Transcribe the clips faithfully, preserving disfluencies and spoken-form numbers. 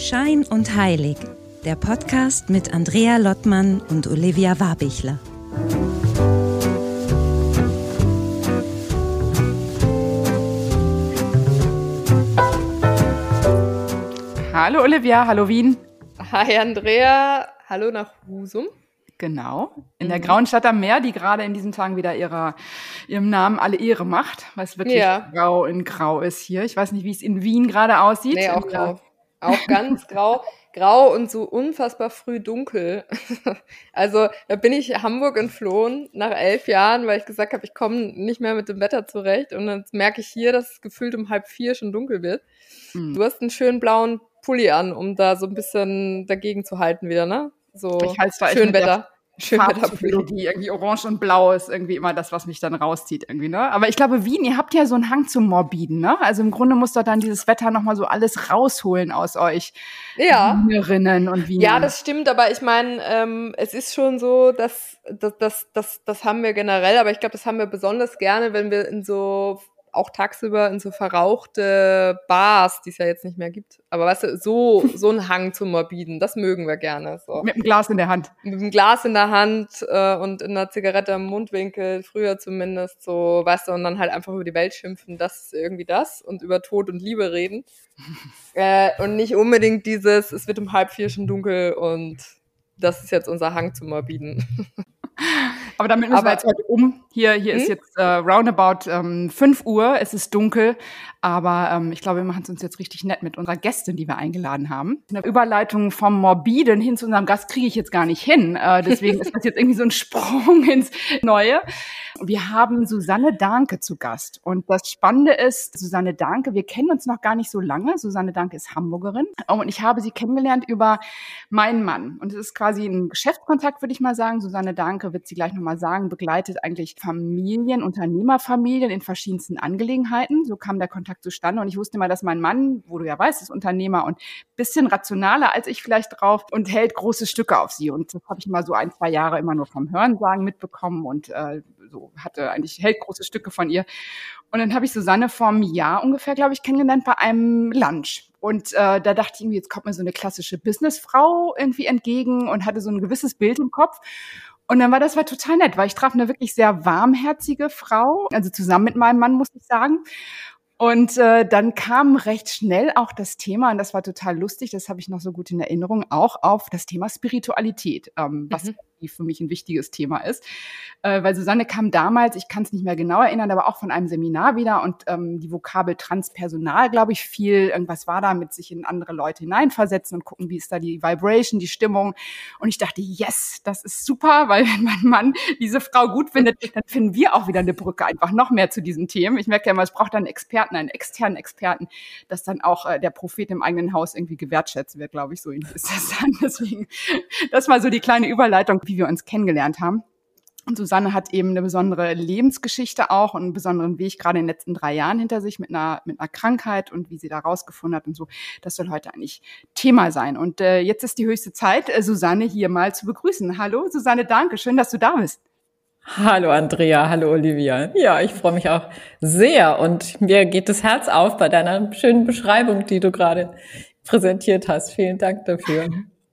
Schein und Heilig, der Podcast mit Andrea Lottmann und Olivia Warbichler. Hallo Olivia, hallo Wien. Hi Andrea, hallo nach Husum. Genau, in der grauen Stadt am Meer, die gerade in diesen Tagen wieder ihrer, ihrem Namen alle Ehre macht, weil es wirklich ja. grau in grau ist hier. Ich weiß nicht, wie es in Wien gerade aussieht. Nee, auch grau. Auch ganz grau. Grau und so unfassbar früh dunkel. Also da bin ich Hamburg entflohen nach elf Jahren, weil ich gesagt habe, ich komme nicht mehr mit dem Wetter zurecht. Und dann merke ich hier, dass es gefühlt um halb vier schon dunkel wird. Mhm. Du hast einen schönen blauen Pulli an, um da so ein bisschen dagegen zu halten wieder, ne? So ich halte da schön Wetter. Farbpsychologie, irgendwie orange und blau ist irgendwie immer das, was mich dann rauszieht irgendwie, ne? Aber ich glaube, Wien, ihr habt ja so einen Hang zum Morbiden, ne? Also im Grunde muss doch dann dieses Wetter nochmal so alles rausholen aus euch. Ja. Wienerinnen und Wiener. Ja, das stimmt, aber ich meine, ähm, es ist schon so, dass das, das, das, das haben wir generell, aber ich glaube, das haben wir besonders gerne, wenn wir in so auch tagsüber in so verrauchte Bars, die es ja jetzt nicht mehr gibt. Aber weißt du, so, so ein Hang zum Morbiden, das mögen wir gerne. So. Mit einem Glas in der Hand. Mit einem Glas in der Hand äh, und in einer Zigarette am Mundwinkel, früher zumindest, so, weißt du, und dann halt einfach über die Welt schimpfen, das ist irgendwie das und über Tod und Liebe reden. äh, und nicht unbedingt dieses, es wird um halb vier schon dunkel und das ist jetzt unser Hang zum Morbiden. Aber damit müssen Aber, wir jetzt heute um. Hier, hier hm? ist jetzt äh, roundabout ähm, fünf Uhr, es ist dunkel, aber ähm, ich glaube, wir machen es uns jetzt richtig nett mit unserer Gästin, die wir eingeladen haben. Eine Überleitung vom Morbiden hin zu unserem Gast kriege ich jetzt gar nicht hin, äh, deswegen ist das jetzt irgendwie so ein Sprung ins Neue. Wir haben Susanne Dahnke zu Gast und das Spannende ist, Susanne Dahnke, wir kennen uns noch gar nicht so lange. Susanne Dahnke ist Hamburgerin und ich habe sie kennengelernt über meinen Mann und es ist quasi ein Geschäftskontakt, würde ich mal sagen. Susanne Dahnke, wird sie gleich nochmal sagen, begleitet eigentlich Familien, Unternehmerfamilien in verschiedensten Angelegenheiten. So kam der Kontakt zustande und ich wusste mal, dass mein Mann, wo du ja weißt, ist Unternehmer und bisschen rationaler als ich vielleicht drauf und hält große Stücke auf sie und das habe ich mal so ein, zwei Jahre immer nur vom Hörensagen mitbekommen und äh, so hatte eigentlich, hält große Stücke von ihr. Und dann habe ich Susanne vor einem Jahr ungefähr, glaube ich, kennengelernt bei einem Lunch. Und äh, da dachte ich irgendwie, jetzt kommt mir so eine klassische Businessfrau irgendwie entgegen und hatte so ein gewisses Bild im Kopf. Und dann war das war total nett, weil ich traf eine wirklich sehr warmherzige Frau, also zusammen mit meinem Mann, muss ich sagen. Und äh, dann kam recht schnell auch das Thema, und das war total lustig, das habe ich noch so gut in Erinnerung, auch auf das Thema Spiritualität, ähm, was mhm. für mich ein wichtiges Thema ist. Äh, weil Susanne kam damals, ich kann es nicht mehr genau erinnern, aber auch von einem Seminar wieder und ähm, die Vokabel Transpersonal, glaube ich, viel, irgendwas war da mit sich in andere Leute hineinversetzen und gucken, wie ist da die Vibration, die Stimmung. Und ich dachte, yes, das ist super, weil wenn mein Mann diese Frau gut findet, dann finden wir auch wieder eine Brücke einfach noch mehr zu diesen Themen. Ich merke ja immer, es braucht dann Experten, einen externen Experten, dass dann auch äh, der Prophet im eigenen Haus irgendwie gewertschätzt wird, glaube ich, so ist das dann. Deswegen, das war so die kleine Überleitung, wie wir uns kennengelernt haben. Und Susanne hat eben eine besondere Lebensgeschichte auch und einen besonderen Weg gerade in den letzten drei Jahren hinter sich mit einer mit einer Krankheit und wie sie da rausgefunden hat und so. Das soll heute eigentlich Thema sein. Und äh, jetzt ist die höchste Zeit, äh, Susanne hier mal zu begrüßen. Hallo Susanne, danke, schön, dass du da bist. Hallo Andrea, hallo Olivia. Ja, ich freue mich auch sehr und mir geht das Herz auf bei deiner schönen Beschreibung, die du gerade präsentiert hast. Vielen Dank dafür.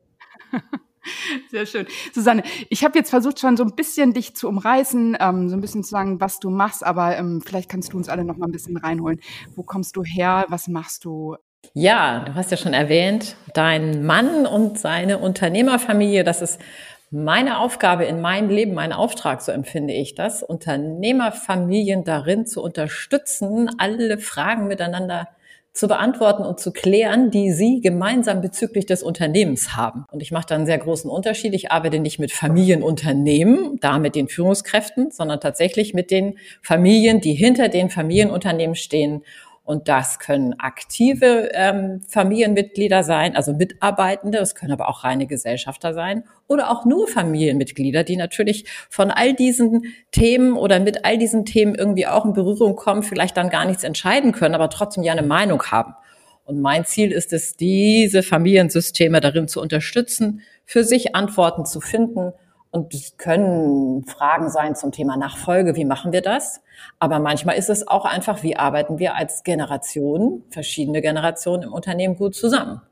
Sehr schön. Susanne, ich habe jetzt versucht, schon so ein bisschen dich zu umreißen, ähm, so ein bisschen zu sagen, was du machst, aber ähm, vielleicht kannst du uns alle noch mal ein bisschen reinholen. Wo kommst du her? Was machst du? Ja, du hast ja schon erwähnt, dein Mann und seine Unternehmerfamilie, das ist meine Aufgabe in meinem Leben, mein Auftrag, so empfinde ich das, Unternehmerfamilien darin zu unterstützen, alle Fragen miteinander zu beantworten und zu klären, die sie gemeinsam bezüglich des Unternehmens haben. Und ich mache da einen sehr großen Unterschied. Ich arbeite nicht mit Familienunternehmen, da mit den Führungskräften, sondern tatsächlich mit den Familien, die hinter den Familienunternehmen stehen. Und das können aktive ähm, Familienmitglieder sein, also Mitarbeitende, es können aber auch reine Gesellschafter sein oder auch nur Familienmitglieder, die natürlich von all diesen Themen oder mit all diesen Themen irgendwie auch in Berührung kommen, vielleicht dann gar nichts entscheiden können, aber trotzdem ja eine Meinung haben. Und mein Ziel ist es, diese Familiensysteme darin zu unterstützen, für sich Antworten zu finden. Und es können Fragen sein zum Thema Nachfolge, wie machen wir das? Aber manchmal ist es auch einfach, wie arbeiten wir als Generation, verschiedene Generationen im Unternehmen gut zusammen?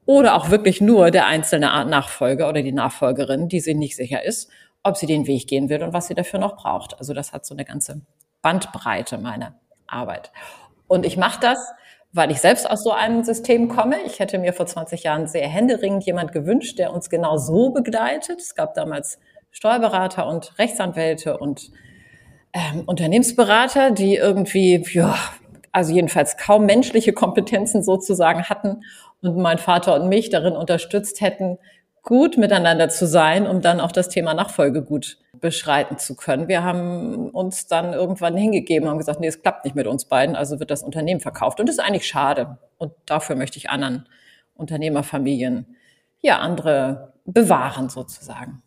oder auch wirklich nur der einzelne Nachfolger oder die Nachfolgerin, die sich nicht sicher ist, ob sie den Weg gehen will und was sie dafür noch braucht. Also das hat so eine ganze Bandbreite, meine Arbeit. Und ich mache das, weil ich selbst aus so einem System komme. Ich hätte mir vor zwanzig Jahren sehr händeringend jemand gewünscht, der uns genau so begleitet. Es gab damals Steuerberater und Rechtsanwälte und ähm, Unternehmensberater, die irgendwie, ja, also jedenfalls kaum menschliche Kompetenzen sozusagen hatten und mein Vater und mich darin unterstützt hätten, gut miteinander zu sein, um dann auch das Thema Nachfolge gut beschreiten zu können. Wir haben uns dann irgendwann hingegeben und haben gesagt, nee, es klappt nicht mit uns beiden, also wird das Unternehmen verkauft. Und das ist eigentlich schade. Und dafür möchte ich anderen Unternehmerfamilien, ja, andere bewahren sozusagen.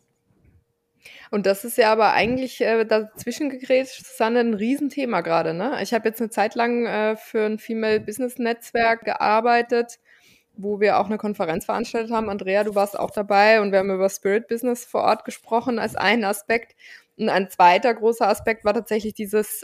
Und das ist ja aber eigentlich äh, dazwischen gegrätscht, Susanne, ein Riesenthema gerade, ne? Ich habe jetzt eine Zeit lang äh, für ein Female Business Netzwerk gearbeitet, wo wir auch eine Konferenz veranstaltet haben. Andrea, du warst auch dabei und wir haben über Spirit Business vor Ort gesprochen als einen Aspekt. Und ein zweiter großer Aspekt war tatsächlich dieses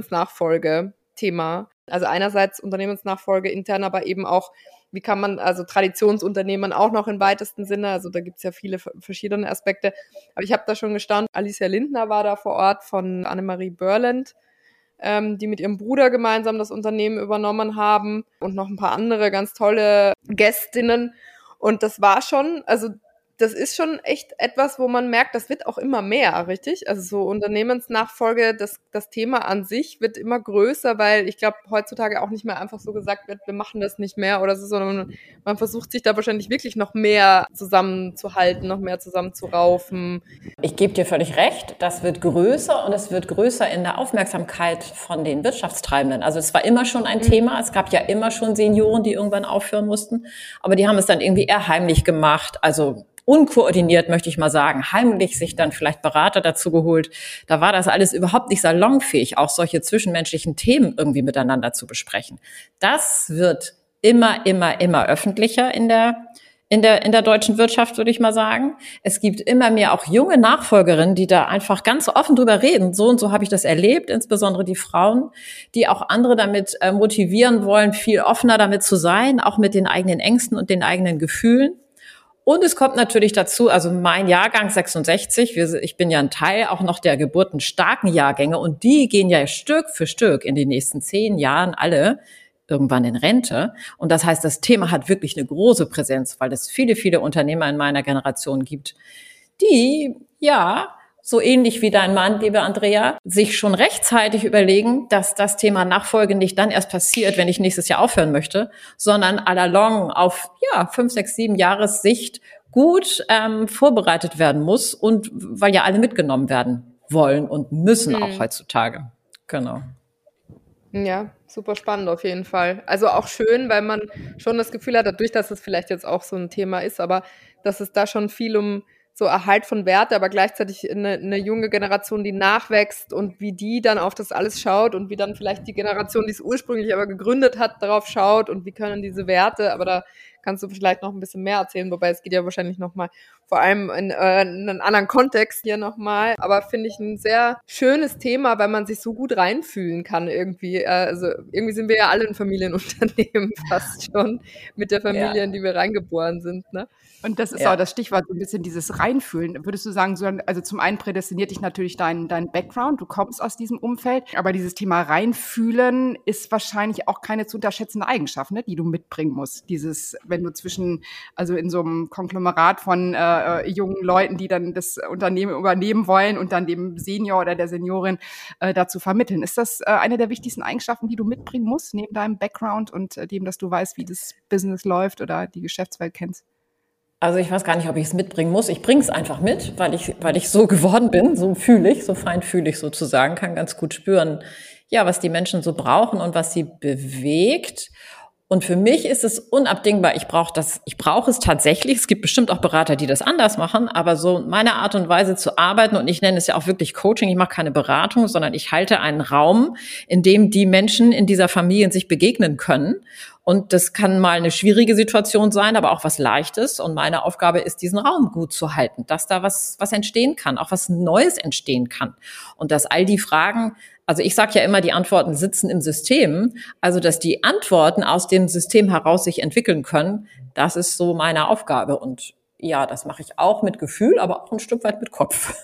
Unternehmensnachfolge-Thema. Also einerseits Unternehmensnachfolge intern, aber eben auch, wie kann man, also Traditionsunternehmen auch noch im weitesten Sinne, also da gibt's ja viele verschiedene Aspekte. Aber ich habe da schon gestaunt, Alicia Lindner war da vor Ort von Annemarie Börland, ähm, die mit ihrem Bruder gemeinsam das Unternehmen übernommen haben und noch ein paar andere ganz tolle Gästinnen. Und das war schon, also das ist schon echt etwas, wo man merkt, das wird auch immer mehr, richtig? Also so Unternehmensnachfolge, das, das Thema an sich wird immer größer, weil ich glaube, heutzutage auch nicht mehr einfach so gesagt wird, wir machen das nicht mehr oder so, sondern man versucht sich da wahrscheinlich wirklich noch mehr zusammenzuhalten, noch mehr zusammenzuraufen. Ich gebe dir völlig recht, das wird größer und es wird größer in der Aufmerksamkeit von den Wirtschaftstreibenden. Also es war immer schon ein mhm. Thema, es gab ja immer schon Senioren, die irgendwann aufhören mussten, aber die haben es dann irgendwie eher heimlich gemacht, also unkoordiniert, möchte ich mal sagen, heimlich sich dann vielleicht Berater dazu geholt. Da war das alles überhaupt nicht salonfähig, auch solche zwischenmenschlichen Themen irgendwie miteinander zu besprechen. Das wird immer, immer, immer öffentlicher in der in der in der deutschen Wirtschaft, würde ich mal sagen. Es gibt immer mehr auch junge Nachfolgerinnen, die da einfach ganz offen drüber reden. So und so habe ich das erlebt, insbesondere die Frauen, die auch andere damit äh, motivieren wollen, viel offener damit zu sein, auch mit den eigenen Ängsten und den eigenen Gefühlen. Und es kommt natürlich dazu, also mein Jahrgang sechsundsechzig, wir, ich bin ja ein Teil auch noch der geburtenstarken Jahrgänge und die gehen ja Stück für Stück in den nächsten zehn Jahren alle irgendwann in Rente. Und das heißt, das Thema hat wirklich eine große Präsenz, weil es viele, viele Unternehmer in meiner Generation gibt, die, ja, so ähnlich wie dein Mann, liebe Andrea, sich schon rechtzeitig überlegen, dass das Thema Nachfolge nicht dann erst passiert, wenn ich nächstes Jahr aufhören möchte, sondern all along auf ja fünf, sechs, sieben Jahres Sicht gut ähm, vorbereitet werden muss und weil ja alle mitgenommen werden wollen und müssen mhm. auch heutzutage. Genau. Ja, super spannend auf jeden Fall. Also auch schön, weil man schon das Gefühl hat, dadurch, dass es vielleicht jetzt auch so ein Thema ist, aber dass es da schon viel um so Erhalt von Werte, aber gleichzeitig eine, eine junge Generation, die nachwächst und wie die dann auf das alles schaut und wie dann vielleicht die Generation, die es ursprünglich aber gegründet hat, darauf schaut und wie können diese Werte, aber da kannst du vielleicht noch ein bisschen mehr erzählen, wobei es geht ja wahrscheinlich nochmal vor allem in, äh, in einen anderen Kontext hier nochmal, aber finde ich ein sehr schönes Thema, weil man sich so gut reinfühlen kann irgendwie. Also irgendwie sind wir ja alle ein Familienunternehmen fast schon mit der Familie, ja. in die wir reingeboren sind, ne? Und das ist ja. auch das Stichwort, so ein bisschen dieses Reinfühlen. Würdest du sagen, so, also zum einen prädestiniert dich natürlich dein, dein Background, du kommst aus diesem Umfeld, aber dieses Thema Reinfühlen ist wahrscheinlich auch keine zu unterschätzende Eigenschaft, ne, die du mitbringen musst. Dieses, wenn du zwischen, also in so einem Konglomerat von äh, jungen Leuten, die dann das Unternehmen übernehmen wollen und dann dem Senior oder der Seniorin äh, dazu vermitteln. Ist das äh, eine der wichtigsten Eigenschaften, die du mitbringen musst, neben deinem Background und äh, dem, dass du weißt, wie das Business läuft oder die Geschäftswelt kennst? Also ich weiß gar nicht, ob ich es mitbringen muss. Ich bringe es einfach mit, weil ich, weil ich so geworden bin, so fühle ich, so feinfühlig sozusagen, kann ganz gut spüren, ja, was die Menschen so brauchen und was sie bewegt. Und für mich ist es unabdingbar. Ich brauche das, ich brauche es tatsächlich. Es gibt bestimmt auch Berater, die das anders machen, aber so meine Art und Weise zu arbeiten, und ich nenne es ja auch wirklich Coaching, ich mache keine Beratung, sondern ich halte einen Raum, in dem die Menschen in dieser Familie sich begegnen können. Und das kann mal eine schwierige Situation sein, aber auch was Leichtes. Und meine Aufgabe ist, diesen Raum gut zu halten, dass da was, was entstehen kann, auch was Neues entstehen kann. Und dass all die Fragen Also ich sage ja immer, die Antworten sitzen im System. Also dass die Antworten aus dem System heraus sich entwickeln können, das ist so meine Aufgabe. Und ja, das mache ich auch mit Gefühl, aber auch ein Stück weit mit Kopf.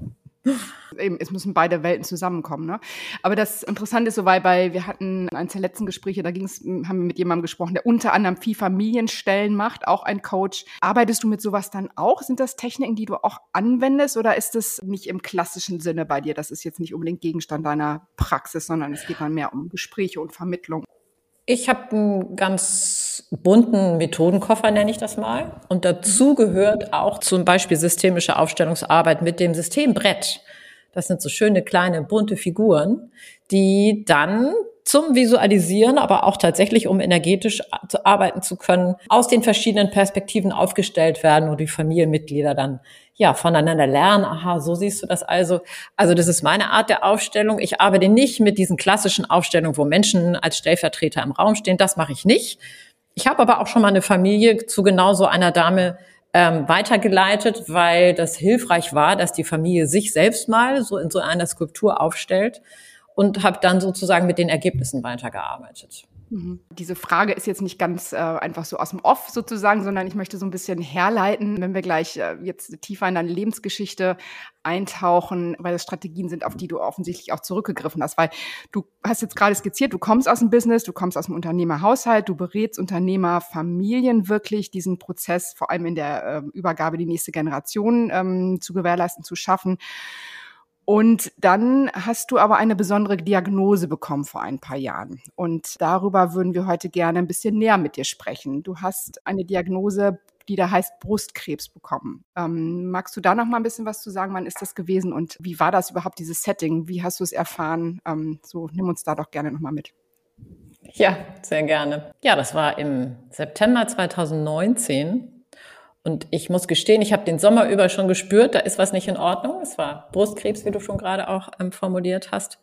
Eben, es müssen beide Welten zusammenkommen, ne? Aber das Interessante ist so, weil bei, wir hatten eines der letzten Gespräche, da ging's, haben wir mit jemandem gesprochen, der unter anderem viel Familienstellen macht, auch ein Coach. Arbeitest du mit sowas dann auch? Sind das Techniken, die du auch anwendest, oder ist das nicht im klassischen Sinne bei dir? Das ist jetzt nicht unbedingt Gegenstand deiner Praxis, sondern es geht dann mehr um Gespräche und Vermittlung. Ich habe einen ganz bunten Methodenkoffer, nenne ich das mal. Und dazu gehört auch zum Beispiel systemische Aufstellungsarbeit mit dem Systembrett. Das sind so schöne kleine bunte Figuren, die dann zum Visualisieren, aber auch tatsächlich, um energetisch zu arbeiten zu können, aus den verschiedenen Perspektiven aufgestellt werden, wo die Familienmitglieder dann ja voneinander lernen. Aha, so siehst du das also. Also das ist meine Art der Aufstellung. Ich arbeite nicht mit diesen klassischen Aufstellungen, wo Menschen als Stellvertreter im Raum stehen. Das mache ich nicht. Ich habe aber auch schon mal eine Familie zu genau so einer Dame ähm, weitergeleitet, weil das hilfreich war, dass die Familie sich selbst mal so in so einer Skulptur aufstellt, und habe dann sozusagen mit den Ergebnissen weitergearbeitet. Mhm. Diese Frage ist jetzt nicht ganz äh, einfach so aus dem Off sozusagen, sondern ich möchte so ein bisschen herleiten, wenn wir gleich äh, jetzt tiefer in deine Lebensgeschichte eintauchen, weil das Strategien sind, auf die du offensichtlich auch zurückgegriffen hast. Weil du hast jetzt gerade skizziert, du kommst aus dem Business, du kommst aus dem Unternehmerhaushalt, du berätst Unternehmerfamilien wirklich, diesen Prozess vor allem in der äh, Übergabe die nächste Generation ähm, zu gewährleisten, zu schaffen. Und dann hast du aber eine besondere Diagnose bekommen vor ein paar Jahren. Und darüber würden wir heute gerne ein bisschen näher mit dir sprechen. Du hast eine Diagnose, die da heißt Brustkrebs bekommen. Ähm, magst du da noch mal ein bisschen was zu sagen? Wann ist das gewesen und wie war das überhaupt, dieses Setting? Wie hast du es erfahren? Ähm, so, nimm uns da doch gerne noch mal mit. Ja, sehr gerne. Ja, das war im September zweitausendneunzehn. Und ich muss gestehen, ich habe den Sommer über schon gespürt, da ist was nicht in Ordnung. Es war Brustkrebs, wie du schon gerade auch ähm, formuliert hast.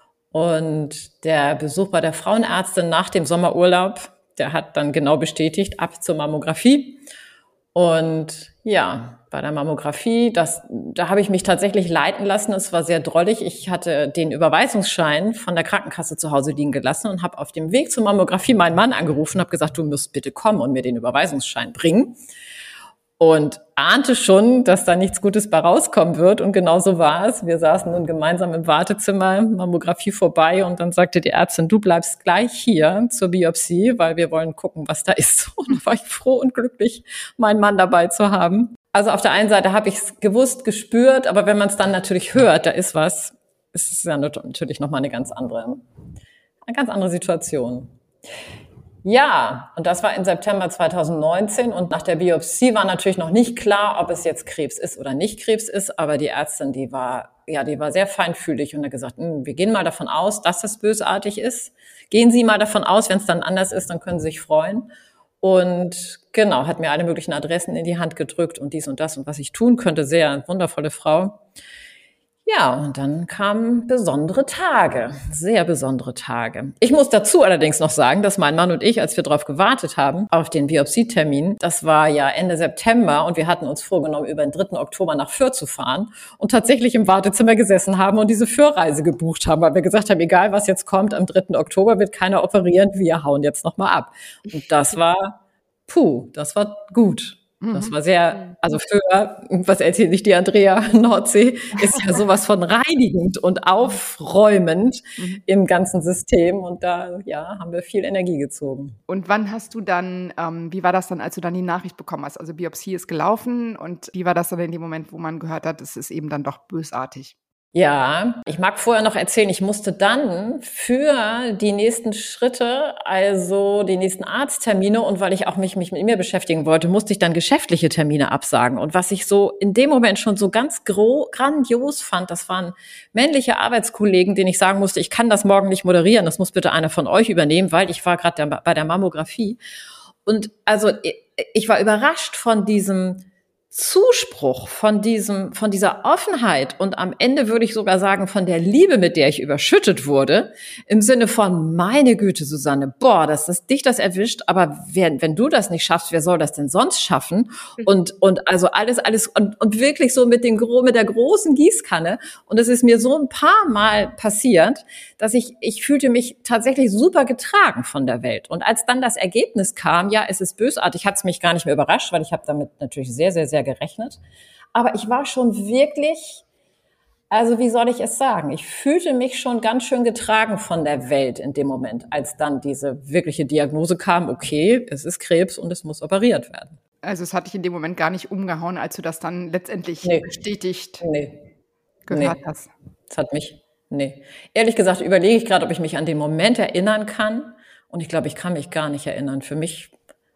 Und der Besuch bei der Frauenärztin nach dem Sommerurlaub, der hat dann genau bestätigt, ab zur Mammographie. Und ja, bei der Mammographie, das, da habe ich mich tatsächlich leiten lassen. Es war sehr drollig. Ich hatte den Überweisungsschein von der Krankenkasse zu Hause liegen gelassen und habe auf dem Weg zur Mammographie meinen Mann angerufen und habe gesagt, du musst bitte kommen und mir den Überweisungsschein bringen. Und ahnte schon, dass da nichts Gutes bei rauskommen wird. Und genau so war es. Wir saßen nun gemeinsam im Wartezimmer, Mammographie vorbei. Und dann sagte die Ärztin, du bleibst gleich hier zur Biopsie, weil wir wollen gucken, was da ist. Und da war ich froh und glücklich, meinen Mann dabei zu haben. Also auf der einen Seite habe ich es gewusst, gespürt. Aber wenn man es dann natürlich hört, da ist was, ist es ja natürlich nochmal eine ganz andere, eine ganz andere Situation. Ja, und das war im September zweitausendneunzehn und nach der Biopsie war natürlich noch nicht klar, ob es jetzt Krebs ist oder nicht Krebs ist, aber die Ärztin, die war, ja, die war sehr feinfühlig und hat gesagt, wir gehen mal davon aus, dass es bösartig ist. Gehen Sie mal davon aus, wenn es dann anders ist, dann können Sie sich freuen. Und genau, hat mir alle möglichen Adressen in die Hand gedrückt und dies und das und was ich tun könnte. Sehr wundervolle Frau. Ja, und dann kamen besondere Tage, sehr besondere Tage. Ich muss dazu allerdings noch sagen, dass mein Mann und ich, als wir darauf gewartet haben, auf den Biopsietermin, das war ja Ende September und wir hatten uns vorgenommen, über den dritten Oktober nach Fürth zu fahren und tatsächlich im Wartezimmer gesessen haben und diese Fürth-Reise gebucht haben, weil wir gesagt haben, egal was jetzt kommt, am dritten Oktober wird keiner operieren, wir hauen jetzt nochmal ab. Und das war, puh, das war gut. Das war sehr, also für, was erzähle ich dir, Andrea, Nordsee, ist ja sowas von reinigend und aufräumend im ganzen System. Und da, ja, haben wir viel Energie gezogen. Und wann hast du dann, ähm, wie war das dann, als du dann die Nachricht bekommen hast? Also Biopsie ist gelaufen und wie war das dann in dem Moment, wo man gehört hat, es ist eben dann doch bösartig? Ja, ich mag vorher noch erzählen, ich musste dann für die nächsten Schritte, also die nächsten Arzttermine und weil ich auch mich, mich mit mir beschäftigen wollte, musste ich dann geschäftliche Termine absagen. Und was ich so in dem Moment schon so ganz gro- grandios fand, das waren männliche Arbeitskollegen, denen ich sagen musste, ich kann das morgen nicht moderieren, das muss bitte einer von euch übernehmen, weil ich war gerade bei der Mammographie. Und also ich war überrascht von diesem Zuspruch, von diesem, von dieser Offenheit und am Ende würde ich sogar sagen, von der Liebe, mit der ich überschüttet wurde, im Sinne von, meine Güte, Susanne, boah, dass das dich das erwischt, aber wer, wenn du das nicht schaffst, wer soll das denn sonst schaffen? Und, und also alles, alles, und, und wirklich so mit dem, mit der großen Gießkanne. Und es ist mir so ein paar Mal passiert, dass ich, ich fühlte mich tatsächlich super getragen von der Welt. Und als dann das Ergebnis kam, ja, es ist bösartig, hat es mich gar nicht mehr überrascht, weil ich habe damit natürlich sehr, sehr, sehr gerechnet. Aber ich war schon wirklich, also wie soll ich es sagen? Ich fühlte mich schon ganz schön getragen von der Welt in dem Moment, als dann diese wirkliche Diagnose kam, okay, es ist Krebs und es muss operiert werden. Also es hat dich in dem Moment gar nicht umgehauen, als du das dann letztendlich nee. bestätigt nee. gehört nee. hast? Das hat mich, nee. Ehrlich gesagt überlege ich gerade, ob ich mich an den Moment erinnern kann. Und ich glaube, ich kann mich gar nicht erinnern. Für mich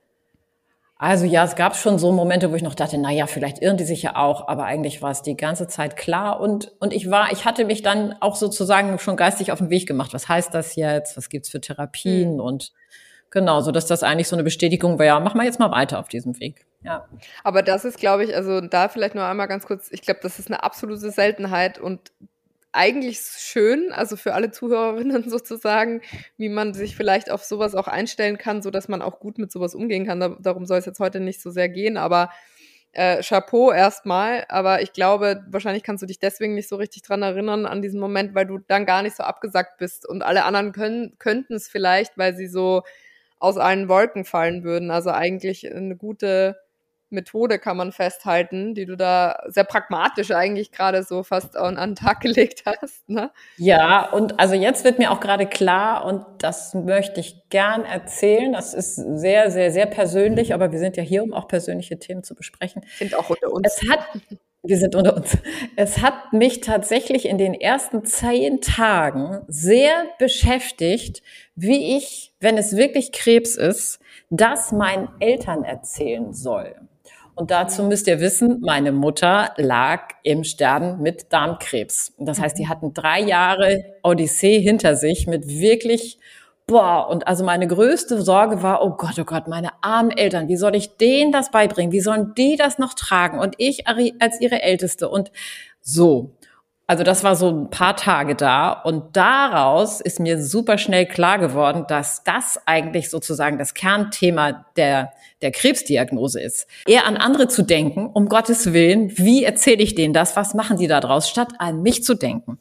Also ja, es gab schon so Momente, wo ich noch dachte, na ja, vielleicht irren die sich ja auch, aber eigentlich war es die ganze Zeit klar und und ich war, ich hatte mich dann auch sozusagen schon geistig auf den Weg gemacht. Was heißt das jetzt? Was gibt's für Therapien? Mhm. Und genau, so dass das eigentlich so eine Bestätigung war, ja, mach mal jetzt mal weiter auf diesem Weg. Ja. Aber das ist, glaube ich, also da vielleicht nur einmal ganz kurz, ich glaube, das ist eine absolute Seltenheit und eigentlich schön, also für alle Zuhörerinnen sozusagen, wie man sich vielleicht auf sowas auch einstellen kann, so dass man auch gut mit sowas umgehen kann. Da, darum soll es jetzt heute nicht so sehr gehen, aber äh, Chapeau erstmal. Aber ich glaube, wahrscheinlich kannst du dich deswegen nicht so richtig dran erinnern an diesen Moment, weil du dann gar nicht so abgesackt bist und alle anderen können könnten es vielleicht, weil sie so aus allen Wolken fallen würden. Also eigentlich eine gute Methode kann man festhalten, die du da sehr pragmatisch eigentlich gerade so fast an den Tag gelegt hast, ne? Ja, und also jetzt wird mir auch gerade klar und das möchte ich gern erzählen. Das ist sehr, sehr, sehr persönlich, aber wir sind ja hier, um auch persönliche Themen zu besprechen. Sind auch unter uns. Es hat, wir sind unter uns. Es hat mich tatsächlich in den ersten zehn Tagen sehr beschäftigt, wie ich, wenn es wirklich Krebs ist, das meinen Eltern erzählen soll. Und dazu müsst ihr wissen, meine Mutter lag im Sterben mit Darmkrebs. Das heißt, die hatten drei Jahre Odyssee hinter sich mit wirklich, boah, und also meine größte Sorge war, oh Gott, oh Gott, meine armen Eltern, wie soll ich denen das beibringen? Wie sollen die das noch tragen? Und ich als ihre Älteste und so. Also das war so ein paar Tage da und daraus ist mir super schnell klar geworden, dass das eigentlich sozusagen das Kernthema der der Krebsdiagnose ist. Eher an andere zu denken, um Gottes Willen, wie erzähle ich denen das, was machen die da draus, statt an mich zu denken.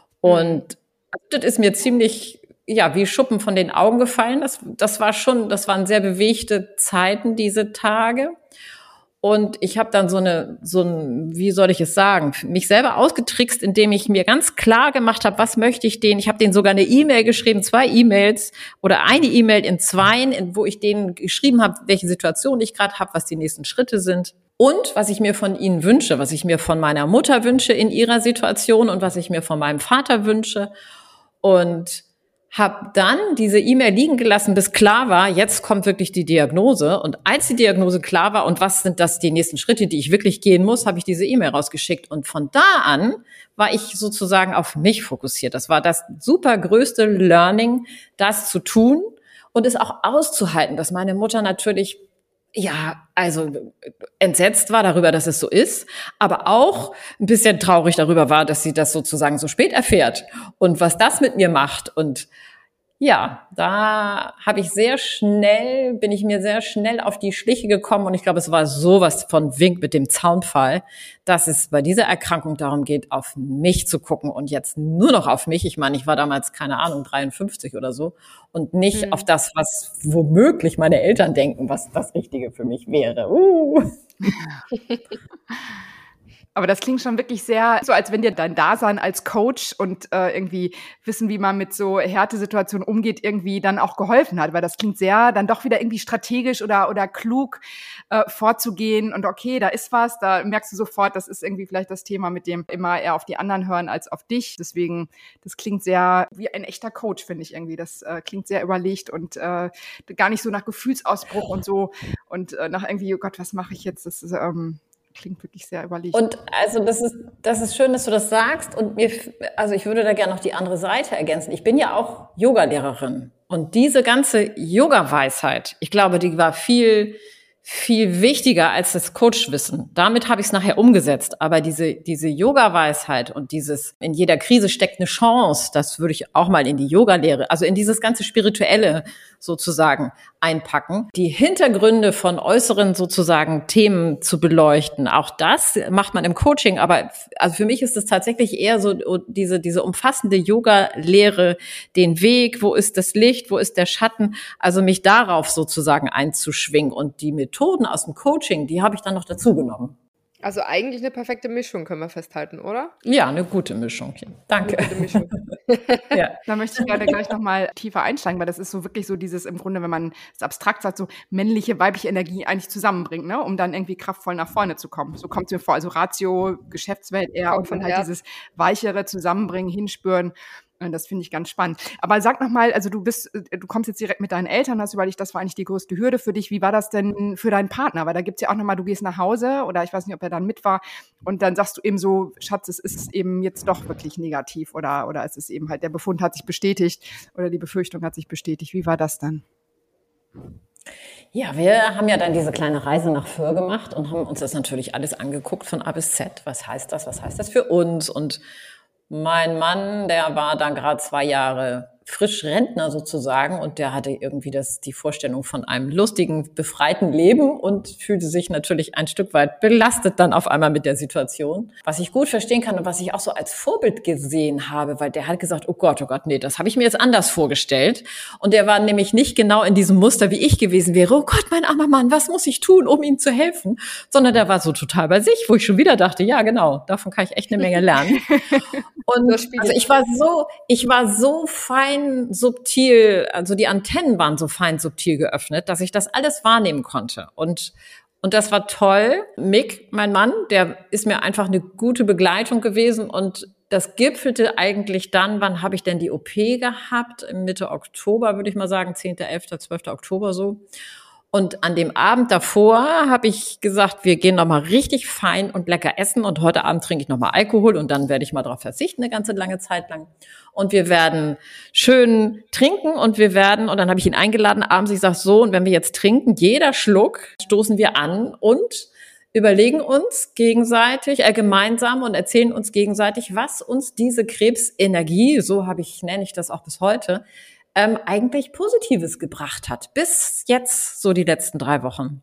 Und das ist mir ziemlich, ja, wie Schuppen von den Augen gefallen. Das, das war schon, das waren sehr bewegte Zeiten, diese Tage. Und ich habe dann so eine, so ein, wie soll ich es sagen, mich selber ausgetrickst, indem ich mir ganz klar gemacht habe, was möchte ich denen. Ich habe denen sogar eine E-Mail geschrieben, zwei E-Mails oder eine E-Mail in zweien, in, wo ich denen geschrieben habe, welche Situation ich gerade habe, was die nächsten Schritte sind. Und was ich mir von ihnen wünsche, was ich mir von meiner Mutter wünsche in ihrer Situation und was ich mir von meinem Vater wünsche. Und habe dann diese E-Mail liegen gelassen, bis klar war, jetzt kommt wirklich die Diagnose. Und als die Diagnose klar war und was sind das die nächsten Schritte, die ich wirklich gehen muss, habe ich diese E-Mail rausgeschickt. Und von da an war ich sozusagen auf mich fokussiert. Das war das super größte Learning, das zu tun und es auch auszuhalten, dass meine Mutter natürlich ja, also entsetzt war darüber, dass es so ist, aber auch ein bisschen traurig darüber war, dass sie das sozusagen so spät erfährt und was das mit mir macht. Und ja, da habe ich sehr schnell, bin ich mir sehr schnell auf die Schliche gekommen und ich glaube, es war sowas von Wink mit dem Zaunpfahl, dass es bei dieser Erkrankung darum geht, auf mich zu gucken und jetzt nur noch auf mich. Ich meine, ich war damals, keine Ahnung, dreiundfünfzig oder so und nicht mhm. auf das, was womöglich meine Eltern denken, was das Richtige für mich wäre. Uh. Aber das klingt schon wirklich sehr so, als wenn dir dein Dasein als Coach und äh, irgendwie wissen, wie man mit so Härtesituationen umgeht, irgendwie dann auch geholfen hat. Weil das klingt sehr dann doch wieder irgendwie strategisch oder oder klug äh, vorzugehen. Und okay, da ist was, da merkst du sofort, das ist irgendwie vielleicht das Thema, mit dem immer eher auf die anderen hören als auf dich. Deswegen, das klingt sehr wie ein echter Coach, finde ich irgendwie. Das äh, klingt sehr überlegt und äh, gar nicht so nach Gefühlsausbruch und so. Und äh, nach irgendwie, oh Gott, was mache ich jetzt? Das ist ähm, klingt wirklich sehr überlegt. Und also das ist, das ist schön, dass du das sagst. Und mir, also ich würde da gerne noch die andere Seite ergänzen. Ich bin ja auch Yoga-Lehrerin. Und diese ganze Yoga-Weisheit, ich glaube, die war viel, viel wichtiger als das Coachwissen. Damit habe ich es nachher umgesetzt. Aber diese diese Yoga-Weisheit und dieses in jeder Krise steckt eine Chance, das würde ich auch mal in die Yoga-Lehre, also in dieses ganze Spirituelle sozusagen einpacken. Die Hintergründe von äußeren sozusagen Themen zu beleuchten, auch das macht man im Coaching. Aber also für mich ist es tatsächlich eher so diese diese umfassende Yoga-Lehre, den Weg, wo ist das Licht, wo ist der Schatten, also mich darauf sozusagen einzuschwingen. Und die Methoden aus dem Coaching, die habe ich dann noch dazu genommen. Also eigentlich eine perfekte Mischung, können wir festhalten, oder? Ja, eine gute Mischung. Danke. Eine gute Mischung. Ja, da möchte ich gerne gleich nochmal tiefer einsteigen, weil das ist so wirklich so dieses im Grunde, wenn man es abstrakt sagt, so männliche, weibliche Energie eigentlich zusammenbringt, ne, um dann irgendwie kraftvoll nach vorne zu kommen. So kommt es mir vor, also Ratio, Geschäftswelt eher und dann halt ja. dieses weichere Zusammenbringen, Hinspüren. Das finde ich ganz spannend. Aber sag noch mal, also du bist, du kommst jetzt direkt mit deinen Eltern, hast überlegt, das war eigentlich die größte Hürde für dich. Wie war das denn für deinen Partner? Weil da gibt's ja auch noch mal, du gehst nach Hause oder ich weiß nicht, ob er dann mit war und dann sagst du eben so, Schatz, es ist eben jetzt doch wirklich negativ oder oder es ist eben halt, der Befund hat sich bestätigt oder die Befürchtung hat sich bestätigt. Wie war das dann? Ja, wir haben ja dann diese kleine Reise nach Föhr gemacht und haben uns das natürlich alles angeguckt von A bis Z. Was heißt das? Was heißt das für uns? Und mein Mann, der war dann gerade zwei Jahre frisch Rentner sozusagen und der hatte irgendwie das die Vorstellung von einem lustigen, befreiten Leben und fühlte sich natürlich ein Stück weit belastet dann auf einmal mit der Situation. Was ich gut verstehen kann und was ich auch so als Vorbild gesehen habe, weil der hat gesagt, oh Gott, oh Gott, nee, das habe ich mir jetzt anders vorgestellt. Und der war nämlich nicht genau in diesem Muster, wie ich gewesen wäre. Oh Gott, mein armer Mann, was muss ich tun, um ihm zu helfen? Sondern der war so total bei sich, wo ich schon wieder dachte, ja genau, davon kann ich echt eine Menge lernen. Und also ich war so, ich war so fein subtil, also die Antennen waren so fein subtil geöffnet, dass ich das alles wahrnehmen konnte. Und, und das war toll. Mick, mein Mann, der ist mir einfach eine gute Begleitung gewesen und das gipfelte eigentlich dann, wann habe ich denn die O P gehabt? Mitte Oktober, würde ich mal sagen, zehnter, elfter, zwölfter Oktober so. Und an dem Abend davor habe ich gesagt, wir gehen nochmal richtig fein und lecker essen und heute Abend trinke ich nochmal Alkohol und dann werde ich mal darauf verzichten, eine ganze lange Zeit lang. Und wir werden schön trinken und wir werden, und dann habe ich ihn eingeladen abends, ich sage so, und wenn wir jetzt trinken, jeder Schluck stoßen wir an und überlegen uns gegenseitig, äh, gemeinsam und erzählen uns gegenseitig, was uns diese Krebsenergie, so habe ich, nenne ich das auch bis heute, ähm, eigentlich Positives gebracht hat. Bis jetzt so die letzten drei Wochen.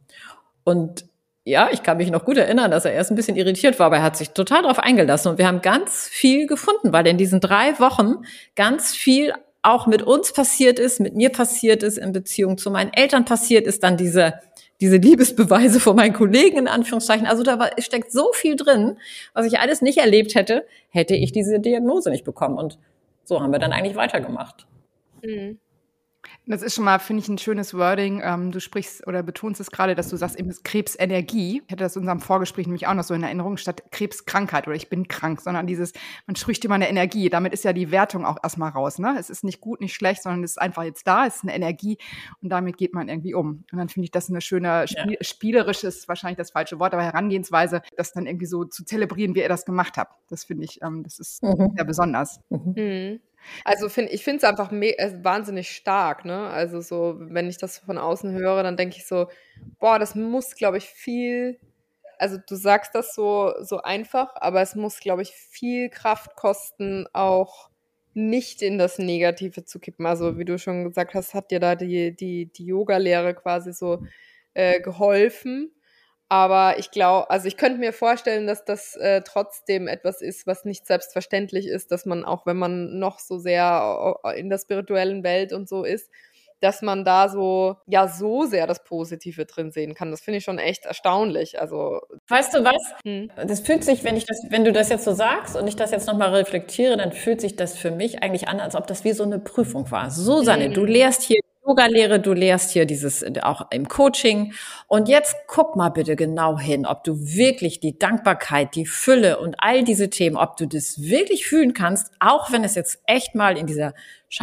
Und ja, ich kann mich noch gut erinnern, dass er erst ein bisschen irritiert war, aber er hat sich total darauf eingelassen und wir haben ganz viel gefunden, weil in diesen drei Wochen ganz viel auch mit uns passiert ist, mit mir passiert ist, in Beziehung zu meinen Eltern passiert ist, dann diese diese Liebesbeweise von meinen Kollegen in Anführungszeichen. Also da war, steckt so viel drin, was ich alles nicht erlebt hätte, hätte ich diese Diagnose nicht bekommen. Und so haben wir dann eigentlich weitergemacht. Mhm. Das ist schon mal, finde ich, ein schönes Wording. Ähm, du sprichst oder betonst es gerade, dass du sagst, eben Krebsenergie. Ich hatte das in unserem Vorgespräch nämlich auch noch so in Erinnerung, statt Krebskrankheit oder ich bin krank, sondern dieses, man spricht immer eine Energie. Damit ist ja die Wertung auch erstmal raus. Ne? Es ist nicht gut, nicht schlecht, sondern es ist einfach jetzt da, es ist eine Energie und damit geht man irgendwie um. Und dann finde ich das eine schöne, Spiel, ja. spielerisches, wahrscheinlich das falsche Wort, aber Herangehensweise, das dann irgendwie so zu zelebrieren, wie ihr das gemacht habt. Das finde ich, ähm, das ist mhm. sehr besonders. Mhm. Mhm. Also find, ich finde es einfach me- äh, wahnsinnig stark, ne? Also so, wenn ich das von außen höre, dann denke ich so, boah, das muss, glaube ich, viel, also du sagst das so, so einfach, aber es muss, glaube ich, viel Kraft kosten, auch nicht in das Negative zu kippen. Also wie du schon gesagt hast, hat dir da die, die, die Yoga-Lehre quasi so äh, geholfen. Aber ich glaube, also ich könnte mir vorstellen, dass das äh, trotzdem etwas ist, was nicht selbstverständlich ist, dass man auch, wenn man noch so sehr in der spirituellen Welt und so ist, dass man da so, ja, so sehr das Positive drin sehen kann. Das finde ich schon echt erstaunlich. Also, weißt du was? Hm. Das fühlt sich, wenn ich das, wenn du das jetzt so sagst und ich das jetzt nochmal reflektiere, dann fühlt sich das für mich eigentlich an, als ob das wie so eine Prüfung war. Susanne, hm. du lehrst hier Yoga-Lehre, du lehrst hier dieses auch im Coaching. Und jetzt guck mal bitte genau hin, ob du wirklich die Dankbarkeit, die Fülle und all diese Themen, ob du das wirklich fühlen kannst, auch wenn es jetzt echt mal in dieser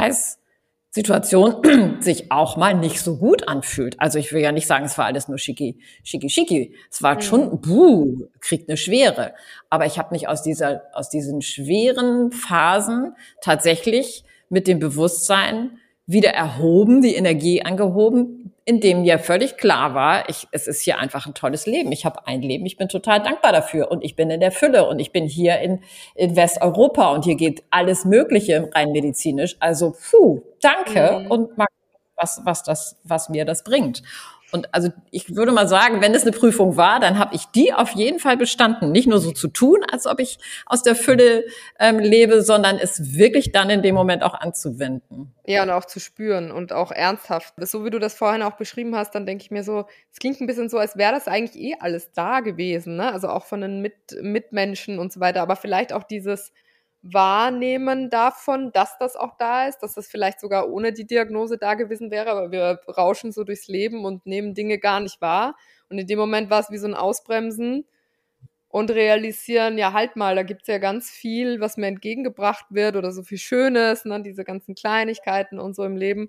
Scheiß-Situation sich auch mal nicht so gut anfühlt. Also ich will ja nicht sagen, es war alles nur schicki, schicki, schicki. Es war mhm. schon, buh, kriegt eine Schwere. Aber ich habe mich aus dieser, aus diesen schweren Phasen tatsächlich mit dem Bewusstsein wieder erhoben, die Energie angehoben, in dem mir völlig klar war, ich, es ist hier einfach ein tolles Leben. Ich habe ein Leben, ich bin total dankbar dafür und ich bin in der Fülle und ich bin hier in, in Westeuropa und hier geht alles Mögliche rein medizinisch. Also, puh, danke mhm. und mal was, was das, was mir das bringt. Und also ich würde mal sagen, wenn es eine Prüfung war, dann habe ich die auf jeden Fall bestanden. Nicht nur so zu tun, als ob ich aus der Fülle ähm, lebe, sondern es wirklich dann in dem Moment auch anzuwenden. Ja, und auch zu spüren und auch ernsthaft. So wie du das vorhin auch beschrieben hast, dann denke ich mir so, es klingt ein bisschen so, als wäre das eigentlich eh alles da gewesen, ne? Also auch von den Mit Mitmenschen und so weiter, aber vielleicht auch dieses Wahrnehmen davon, dass das auch da ist, dass das vielleicht sogar ohne die Diagnose da gewesen wäre, aber wir rauschen so durchs Leben und nehmen Dinge gar nicht wahr. Und in dem Moment war es wie so ein Ausbremsen und realisieren, ja halt mal, da gibt's ja ganz viel, was mir entgegengebracht wird oder so viel Schönes, ne, diese ganzen Kleinigkeiten und so im Leben.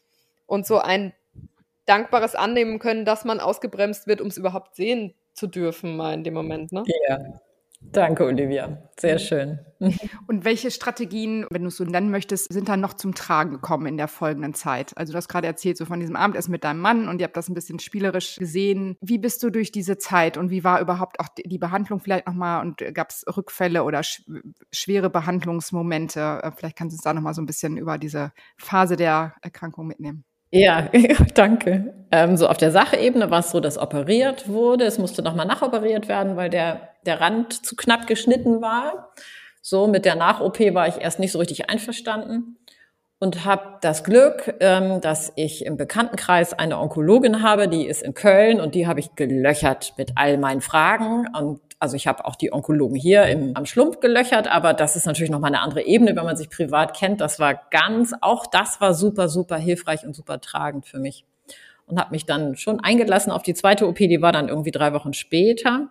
Und so ein dankbares Annehmen können, dass man ausgebremst wird, um es überhaupt sehen zu dürfen, mal in dem Moment, ne? Ja. Danke, Olivia. Sehr schön. Und welche Strategien, wenn du es so nennen möchtest, sind dann noch zum Tragen gekommen in der folgenden Zeit? Also du hast gerade erzählt, so von diesem Abendessen mit deinem Mann und ihr habt das ein bisschen spielerisch gesehen. Wie bist du durch diese Zeit und wie war überhaupt auch die Behandlung vielleicht nochmal und gab es Rückfälle oder sch- schwere Behandlungsmomente? Vielleicht kannst du uns da nochmal so ein bisschen über diese Phase der Erkrankung mitnehmen. Ja, danke. Ähm, so auf der Sachebene war es so, dass operiert wurde. Es musste nochmal nachoperiert werden, weil der, der Rand zu knapp geschnitten war. So mit der Nach-O P war ich erst nicht so richtig einverstanden und habe das Glück, ähm, dass ich im Bekanntenkreis eine Onkologin habe, die ist in Köln und die habe ich gelöchert mit all meinen Fragen. Und also ich habe auch die Onkologen hier im, am Schlumpf gelöchert, aber das ist natürlich nochmal eine andere Ebene, wenn man sich privat kennt. Das war ganz, auch das war super, super hilfreich und super tragend für mich. Und habe mich dann schon eingelassen auf die zweite O P, die war dann irgendwie drei Wochen später.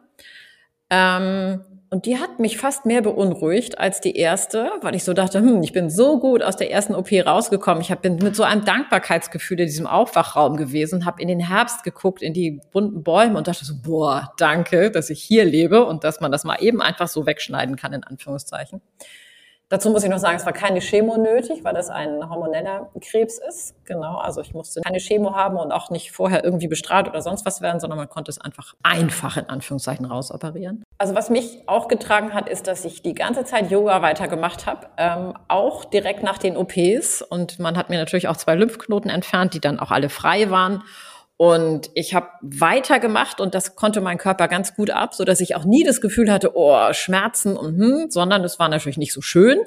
Ähm, und die hat mich fast mehr beunruhigt als die erste, weil ich so dachte, hm, ich bin so gut aus der ersten O P rausgekommen. Ich hab, bin mit so einem Dankbarkeitsgefühl in diesem Aufwachraum gewesen, habe in den Herbst geguckt, in die bunten Bäume und dachte so, boah, danke, dass ich hier lebe und dass man das mal eben einfach so wegschneiden kann, in Anführungszeichen. Dazu muss ich noch sagen, es war keine Chemo nötig, weil das ein hormoneller Krebs ist. Genau, also ich musste keine Chemo haben und auch nicht vorher irgendwie bestrahlt oder sonst was werden, sondern man konnte es einfach einfach in Anführungszeichen rausoperieren. Also was mich auch getragen hat, ist, dass ich die ganze Zeit Yoga weitergemacht habe, ähm, auch direkt nach den O Ps. Und man hat mir natürlich auch zwei Lymphknoten entfernt, die dann auch alle frei waren. Und ich habe weitergemacht und das konnte mein Körper ganz gut ab, so dass ich auch nie das Gefühl hatte, oh, Schmerzen und hm, sondern es war natürlich nicht so schön.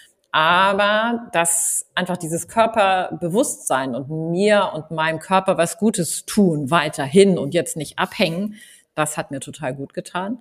Aber dass einfach dieses Körperbewusstsein und mir und meinem Körper was Gutes tun, weiterhin und jetzt nicht abhängen, das hat mir total gut getan.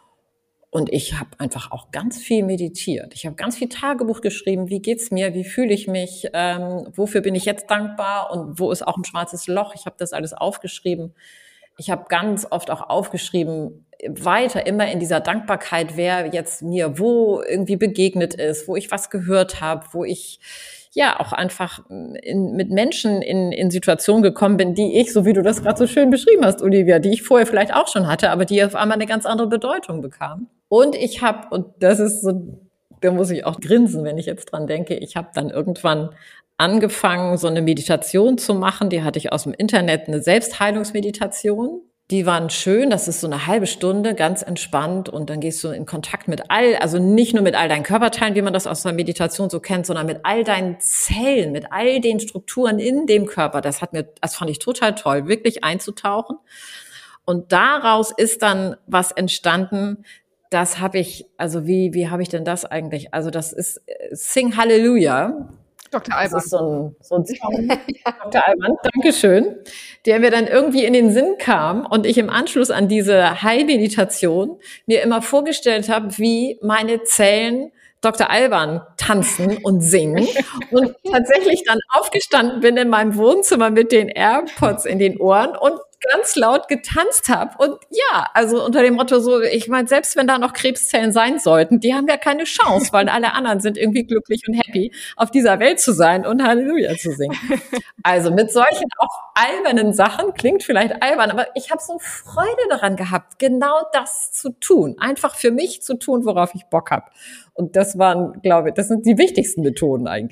Und ich habe einfach auch ganz viel meditiert. Ich habe ganz viel Tagebuch geschrieben. Wie geht's mir? Wie fühle ich mich? Ähm, wofür bin ich jetzt dankbar? Und wo ist auch ein schwarzes Loch? Ich habe das alles aufgeschrieben. Ich habe ganz oft auch aufgeschrieben, weiter immer in dieser Dankbarkeit, wer jetzt mir wo irgendwie begegnet ist, wo ich was gehört habe, wo ich ja auch einfach in, mit Menschen in, in Situationen gekommen bin, die ich, so wie du das gerade so schön beschrieben hast, Olivia, die ich vorher vielleicht auch schon hatte, aber die auf einmal eine ganz andere Bedeutung bekamen. Und ich habe, und das ist so, da muss ich auch grinsen, wenn ich jetzt dran denke, ich habe dann irgendwann angefangen, so eine Meditation zu machen, die hatte ich aus dem Internet, eine Selbstheilungsmeditation. Die waren schön, das ist so eine halbe Stunde, ganz entspannt und dann gehst du in Kontakt mit all, also nicht nur mit all deinen Körperteilen, wie man das aus der Meditation so kennt, sondern mit all deinen Zellen, mit all den Strukturen in dem Körper. Das hat mir, das fand ich total toll, wirklich einzutauchen. Und daraus ist dann was entstanden, das habe ich, also wie, wie habe ich denn das eigentlich? Also das ist Sing Hallelujah. Doktor Alban. Das ist so ein, so ein Song. Doktor Alban, Dankeschön. Der mir dann irgendwie in den Sinn kam und ich im Anschluss an diese Heilmeditation mir immer vorgestellt habe, wie meine Zellen Doktor Alban tanzen und singen und tatsächlich dann aufgestanden bin in meinem Wohnzimmer mit den AirPods in den Ohren und ganz laut getanzt habe. Und ja, also unter dem Motto so, ich meine, selbst wenn da noch Krebszellen sein sollten, die haben ja keine Chance, weil alle anderen sind irgendwie glücklich und happy, auf dieser Welt zu sein und Halleluja zu singen. Also mit solchen auch albernen Sachen, klingt vielleicht albern, aber ich habe so Freude daran gehabt, genau das zu tun. Einfach für mich zu tun, worauf ich Bock habe. Und das waren, glaube ich, das sind die wichtigsten Methoden eigentlich.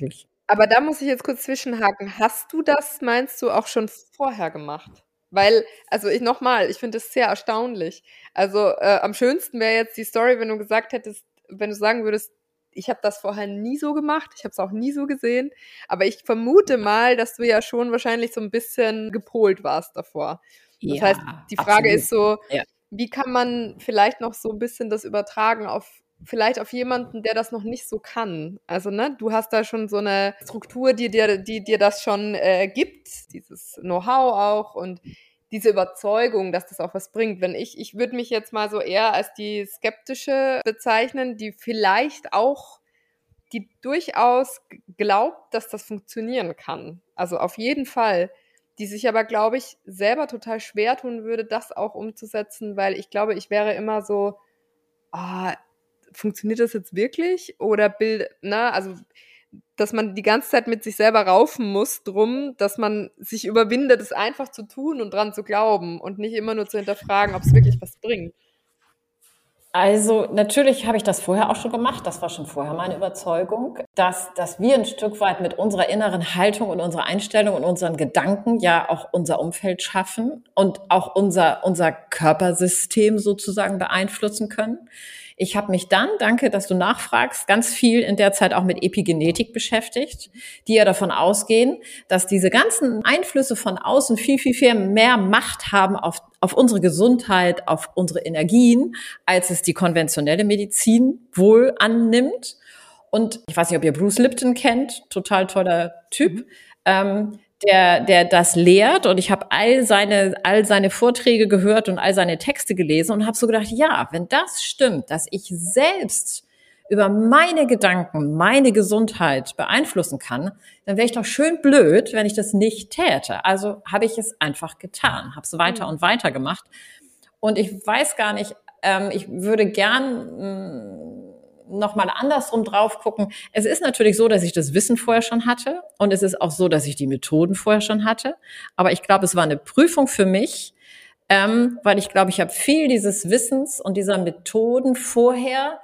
Aber da muss ich jetzt kurz zwischenhaken. Hast du das, meinst du, auch schon vorher gemacht? Weil, also ich nochmal, ich finde es sehr erstaunlich. Also äh, am schönsten wäre jetzt die Story, wenn du gesagt hättest, wenn du sagen würdest, ich habe das vorher nie so gemacht, ich habe es auch nie so gesehen, aber ich vermute mal, dass du ja schon wahrscheinlich so ein bisschen gepolt warst davor. Das Ja, heißt, die Frage absolut. ist so, Ja. wie kann man vielleicht noch so ein bisschen das übertragen auf vielleicht auf jemanden, der das noch nicht so kann. Also, ne, du hast da schon so eine Struktur, die dir, die dir das schon äh, gibt, dieses Know-how auch und diese Überzeugung, dass das auch was bringt. Wenn ich, ich würde mich jetzt mal so eher als die skeptische bezeichnen, die vielleicht auch, die durchaus g- glaubt, dass das funktionieren kann. Also auf jeden Fall. Die sich aber, glaube ich, selber total schwer tun würde, das auch umzusetzen, weil ich glaube, ich wäre immer so, ah, funktioniert das jetzt wirklich? Oder Bild, ne, also, dass man die ganze Zeit mit sich selber raufen muss drum, dass man sich überwindet, es einfach zu tun und dran zu glauben und nicht immer nur zu hinterfragen, ob es wirklich was bringt. Also natürlich habe ich das vorher auch schon gemacht. Das war schon vorher meine Überzeugung, dass, dass wir ein Stück weit mit unserer inneren Haltung und unserer Einstellung und unseren Gedanken ja auch unser Umfeld schaffen und auch unser, unser Körpersystem sozusagen beeinflussen können. Ich habe mich dann, danke, dass du nachfragst, ganz viel in der Zeit auch mit Epigenetik beschäftigt, die ja davon ausgehen, dass diese ganzen Einflüsse von außen viel, viel, viel mehr Macht haben auf, auf unsere Gesundheit, auf unsere Energien, als es die konventionelle Medizin wohl annimmt. Und ich weiß nicht, ob ihr Bruce Lipton kennt, total toller Typ. Mhm. Ähm, der, der das lehrt und ich habe all seine, all seine Vorträge gehört und all seine Texte gelesen und habe so gedacht, ja, wenn das stimmt, dass ich selbst über meine Gedanken, meine Gesundheit beeinflussen kann, dann wäre ich doch schön blöd, wenn ich das nicht täte. Also habe ich es einfach getan, habe es weiter und weiter gemacht. Und ich weiß gar nicht, ähm, ich würde gern mh, noch mal andersrum drauf gucken. Es ist natürlich so, dass ich das Wissen vorher schon hatte und es ist auch so, dass ich die Methoden vorher schon hatte. Aber ich glaube, es war eine Prüfung für mich, ähm, weil ich glaube, ich habe viel dieses Wissens und dieser Methoden vorher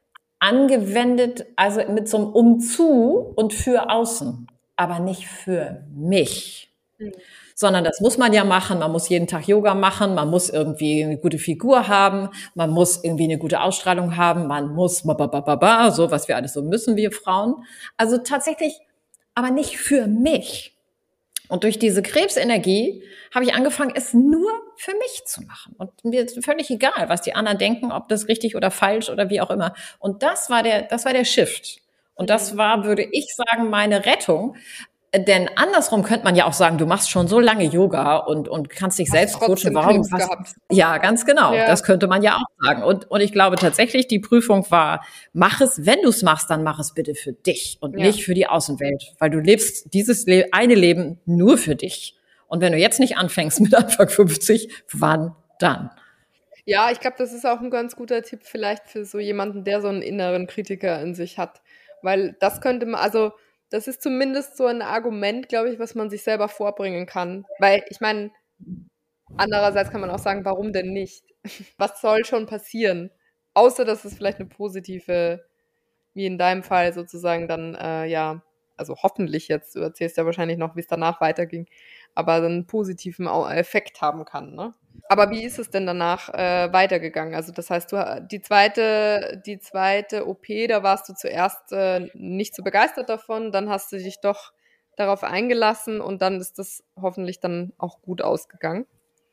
angewendet, also mit so einem Umzu und für außen, aber nicht für mich. Mhm. Sondern das muss man ja machen, man muss jeden Tag Yoga machen, man muss irgendwie eine gute Figur haben, man muss irgendwie eine gute Ausstrahlung haben, man muss ba, ba, ba, ba, ba, so, was wir alles so müssen, wir Frauen. Also tatsächlich, aber nicht für mich. Und durch diese Krebsenergie habe ich angefangen, es nur für mich zu machen. Und mir ist völlig egal, was die anderen denken, ob das richtig oder falsch oder wie auch immer. Und das war der, das war der Shift. Und das war, würde ich sagen, meine Rettung. Denn andersrum könnte man ja auch sagen, du machst schon so lange Yoga und, und kannst dich selbst coachen. Warum? Was, ja, ganz genau. Ja. Das könnte man ja auch sagen. Und, und ich glaube tatsächlich, die Prüfung war, mach es, wenn du es machst, dann mach es bitte für dich und ja. nicht für die Außenwelt. Weil du lebst dieses Le- eine Leben nur für dich. Und wenn du jetzt nicht anfängst mit Anfang fünfzig, wann dann? Ja, ich glaube, das ist auch ein ganz guter Tipp vielleicht für so jemanden, der so einen inneren Kritiker in sich hat. Weil das könnte man, also das ist zumindest so ein Argument, glaube ich, was man sich selber vorbringen kann. Weil, ich meine, andererseits kann man auch sagen, warum denn nicht? Was soll schon passieren? Außer, dass es vielleicht eine positive, wie in deinem Fall sozusagen dann, äh, ja, also hoffentlich jetzt, du erzählst ja wahrscheinlich noch, wie es danach weiterging, aber einen positiven Effekt haben kann, ne? Aber wie ist es denn danach äh, weitergegangen? Also das heißt, du die zweite, die zweite O P, da warst du zuerst äh, nicht so begeistert davon, dann hast du dich doch darauf eingelassen und dann ist das hoffentlich dann auch gut ausgegangen.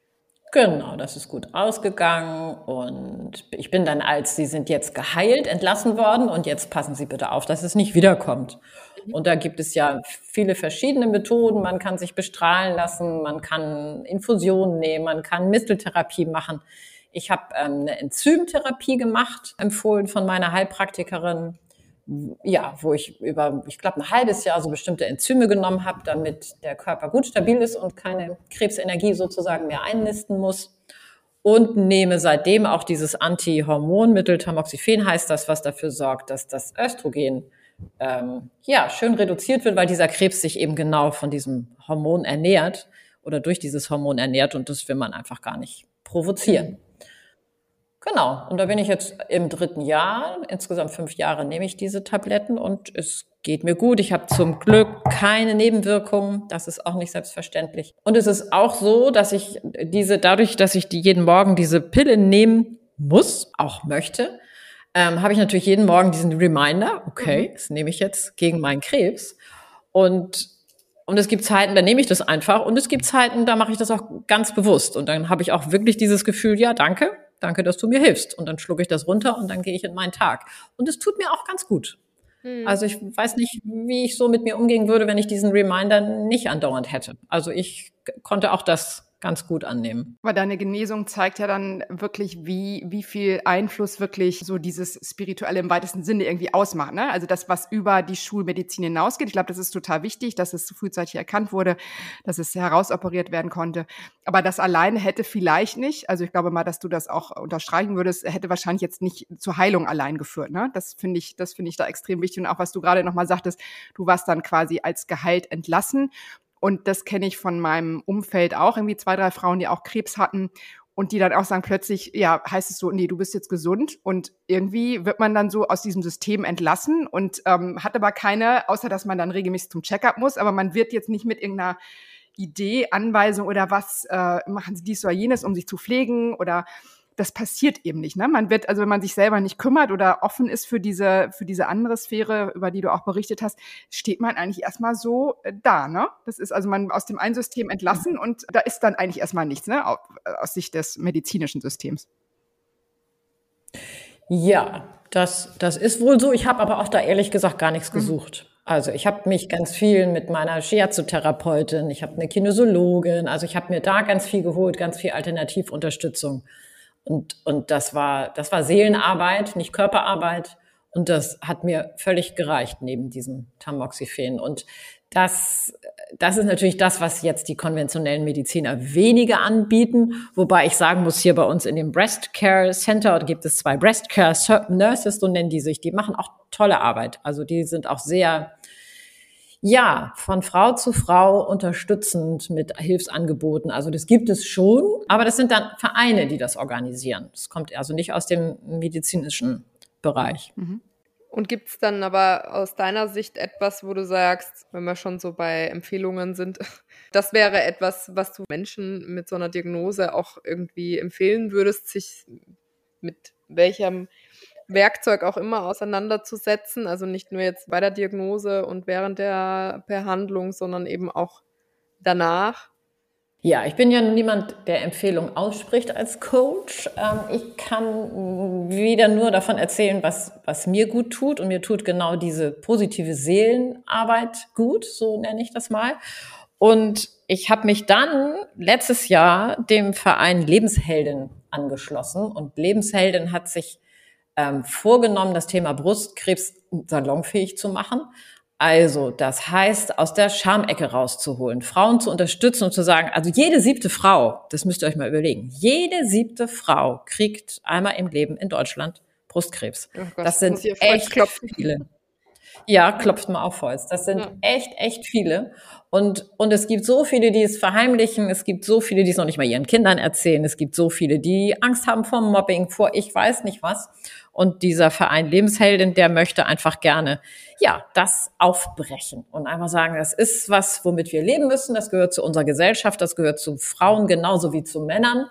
Genau, das ist gut ausgegangen und ich bin dann als, Sie sind jetzt geheilt, entlassen worden und jetzt passen Sie bitte auf, dass es nicht wiederkommt. Und da gibt es ja viele verschiedene Methoden. Man kann sich bestrahlen lassen, man kann Infusionen nehmen, man kann Misteltherapie machen. Ich habe ähm, eine Enzymtherapie gemacht, empfohlen von meiner Heilpraktikerin. Ja, wo ich über, ich glaube, ein halbes Jahr so bestimmte Enzyme genommen habe, damit der Körper gut stabil ist und keine Krebsenergie sozusagen mehr einnisten muss. Und nehme seitdem auch dieses Anti-Hormonmittel, Tamoxifen heißt das, was dafür sorgt, dass das Östrogen ähm, ja schön reduziert wird, weil dieser Krebs sich eben genau von diesem Hormon ernährt oder durch dieses Hormon ernährt und das will man einfach gar nicht provozieren. Genau, und da bin ich jetzt im dritten Jahr, insgesamt fünf Jahre nehme ich diese Tabletten und es geht mir gut. Ich habe zum Glück keine Nebenwirkungen. Das ist auch nicht selbstverständlich. Und es ist auch so, dass ich diese, dadurch, dass ich die jeden Morgen diese Pille nehmen muss, auch möchte, ähm, habe ich natürlich jeden Morgen diesen Reminder, okay, das nehme ich jetzt gegen meinen Krebs. Und, und es gibt Zeiten, da nehme ich das einfach. Und es gibt Zeiten, da mache ich das auch ganz bewusst. Und dann habe ich auch wirklich dieses Gefühl, ja, danke, danke, dass du mir hilfst. Und dann schlucke ich das runter und dann gehe ich in meinen Tag. Und es tut mir auch ganz gut. Also ich weiß nicht, wie ich so mit mir umgehen würde, wenn ich diesen Reminder nicht andauernd hätte. Also ich konnte auch das ganz gut annehmen. Aber deine Genesung zeigt ja dann wirklich, wie, wie viel Einfluss wirklich so dieses Spirituelle im weitesten Sinne irgendwie ausmacht, ne? Also das, was über die Schulmedizin hinausgeht. Ich glaube, das ist total wichtig, dass es so frühzeitig erkannt wurde, dass es herausoperiert werden konnte. Aber das alleine hätte vielleicht nicht, also ich glaube mal, dass du das auch unterstreichen würdest, hätte wahrscheinlich jetzt nicht zur Heilung allein geführt, ne? Das finde ich, das finde ich da extrem wichtig. Und auch, was du gerade nochmal sagtest, du warst dann quasi als geheilt entlassen. Und das kenne ich von meinem Umfeld auch, irgendwie zwei, drei Frauen, die auch Krebs hatten und die dann auch sagen plötzlich, ja, heißt es so, nee, du bist jetzt gesund. Und irgendwie wird man dann so aus diesem System entlassen und ähm, hat aber keine, außer dass man dann regelmäßig zum Check-up muss, aber man wird jetzt nicht mit irgendeiner Idee, Anweisung oder was, äh, machen Sie dies oder jenes, um sich zu pflegen oder das passiert eben nicht, ne? Man wird, also wenn man sich selber nicht kümmert oder offen ist für diese, für diese andere Sphäre, über die du auch berichtet hast, steht man eigentlich erstmal so äh, da, ne? Das ist also man aus dem einen System entlassen und da ist dann eigentlich erstmal nichts, ne? Aus, aus Sicht des medizinischen Systems. Ja, das, das ist wohl so. Ich habe aber auch da ehrlich gesagt gar nichts gesucht. Mhm. Also ich habe mich ganz viel mit meiner Shiatsu-Therapeutin, ich habe eine Kinesiologin, also ich habe mir da ganz viel geholt, ganz viel Alternativunterstützung. Und, und das war, das war Seelenarbeit, nicht Körperarbeit. Und das hat mir völlig gereicht neben diesem Tamoxifen. Und das, das ist natürlich das, was jetzt die konventionellen Mediziner weniger anbieten. Wobei ich sagen muss, hier bei uns in dem Breast Care Center gibt es zwei Breast Care Nurses, so nennen die sich. Die machen auch tolle Arbeit. Also die sind auch sehr, ja, von Frau zu Frau unterstützend mit Hilfsangeboten. Also das gibt es schon, aber das sind dann Vereine, die das organisieren. Das kommt also nicht aus dem medizinischen Bereich. Und gibt es dann aber aus deiner Sicht etwas, wo du sagst, wenn wir schon so bei Empfehlungen sind, das wäre etwas, was du Menschen mit so einer Diagnose auch irgendwie empfehlen würdest, sich mit welchem Werkzeug auch immer auseinanderzusetzen, also nicht nur jetzt bei der Diagnose und während der Behandlung, sondern eben auch danach? Ja, ich bin ja niemand, der Empfehlungen ausspricht als Coach. Ähm, ich kann wieder nur davon erzählen, was, was mir gut tut. Und mir tut genau diese positive Seelenarbeit gut, so nenne ich das mal. Und ich habe mich dann letztes Jahr dem Verein Lebensheldin angeschlossen. Und Lebensheldin hat sich ähm, vorgenommen, das Thema Brustkrebs salonfähig zu machen. Also, das heißt, aus der Schamecke rauszuholen, Frauen zu unterstützen und zu sagen, also jede siebte Frau, das müsst ihr euch mal überlegen, jede siebte Frau kriegt einmal im Leben in Deutschland Brustkrebs. Oh Gott, das sind echt viele. Ja, klopft mal auf Holz. Das sind ja. echt, echt viele. Und, und es gibt so viele, die es verheimlichen. Es gibt so viele, die es noch nicht mal ihren Kindern erzählen. Es gibt so viele, die Angst haben vor Mobbing, vor ich weiß nicht was. Und dieser Verein Lebensheldin, der möchte einfach gerne, ja, das aufbrechen und einfach sagen, das ist was, womit wir leben müssen. Das gehört zu unserer Gesellschaft. Das gehört zu Frauen genauso wie zu Männern.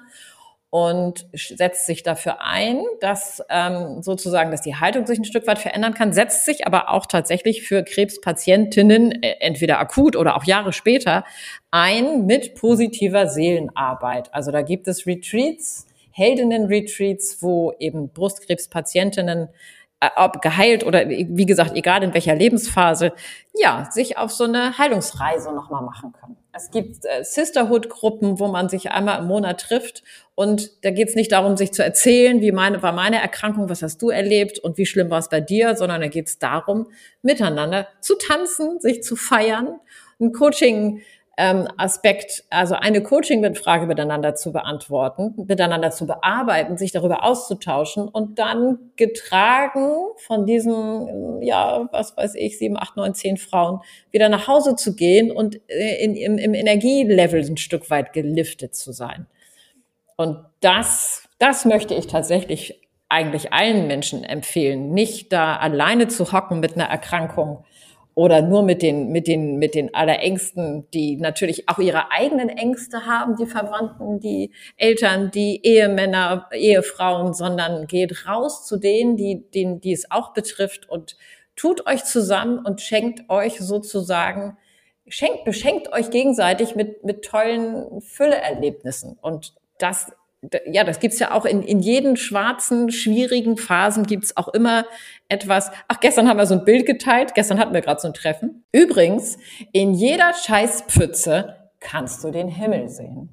Und setzt sich dafür ein, dass ähm, sozusagen, dass die Haltung sich ein Stück weit verändern kann, setzt sich aber auch tatsächlich für Krebspatientinnen, äh, entweder akut oder auch Jahre später, ein mit positiver Seelenarbeit. Also da gibt es Retreats, Heldinnen-Retreats, wo eben Brustkrebspatientinnen, äh, ob geheilt oder wie gesagt, egal in welcher Lebensphase, ja, sich auf so eine Heilungsreise nochmal machen können. Es gibt äh, Sisterhood-Gruppen, wo man sich einmal im Monat trifft und da geht es nicht darum, sich zu erzählen, wie meine, war meine Erkrankung, was hast du erlebt und wie schlimm war es bei dir, sondern da geht es darum, miteinander zu tanzen, sich zu feiern, ein Coaching ähm, Aspekt, also eine Coaching-Frage miteinander zu beantworten, miteinander zu bearbeiten, sich darüber auszutauschen und dann getragen von diesen, ja, was weiß ich, sieben, acht, neun, zehn Frauen wieder nach Hause zu gehen und in, im, im Energielevel ein Stück weit geliftet zu sein. Und das, das möchte ich tatsächlich eigentlich allen Menschen empfehlen, nicht da alleine zu hocken mit einer Erkrankung oder nur mit den, mit den, mit den Allerängsten, die natürlich auch ihre eigenen Ängste haben, die Verwandten, die Eltern, die Ehemänner, Ehefrauen, sondern geht raus zu denen, die, denen, die es auch betrifft und tut euch zusammen und schenkt euch sozusagen, schenkt, beschenkt euch gegenseitig mit, mit tollen Fülleerlebnissen. Und das, ja, das gibt's ja auch in, in jeden schwarzen, schwierigen Phasen gibt's auch immer etwas. Ach, gestern haben wir so ein Bild geteilt. Gestern hatten wir gerade so ein Treffen. Übrigens, in jeder Scheißpfütze kannst du den Himmel sehen.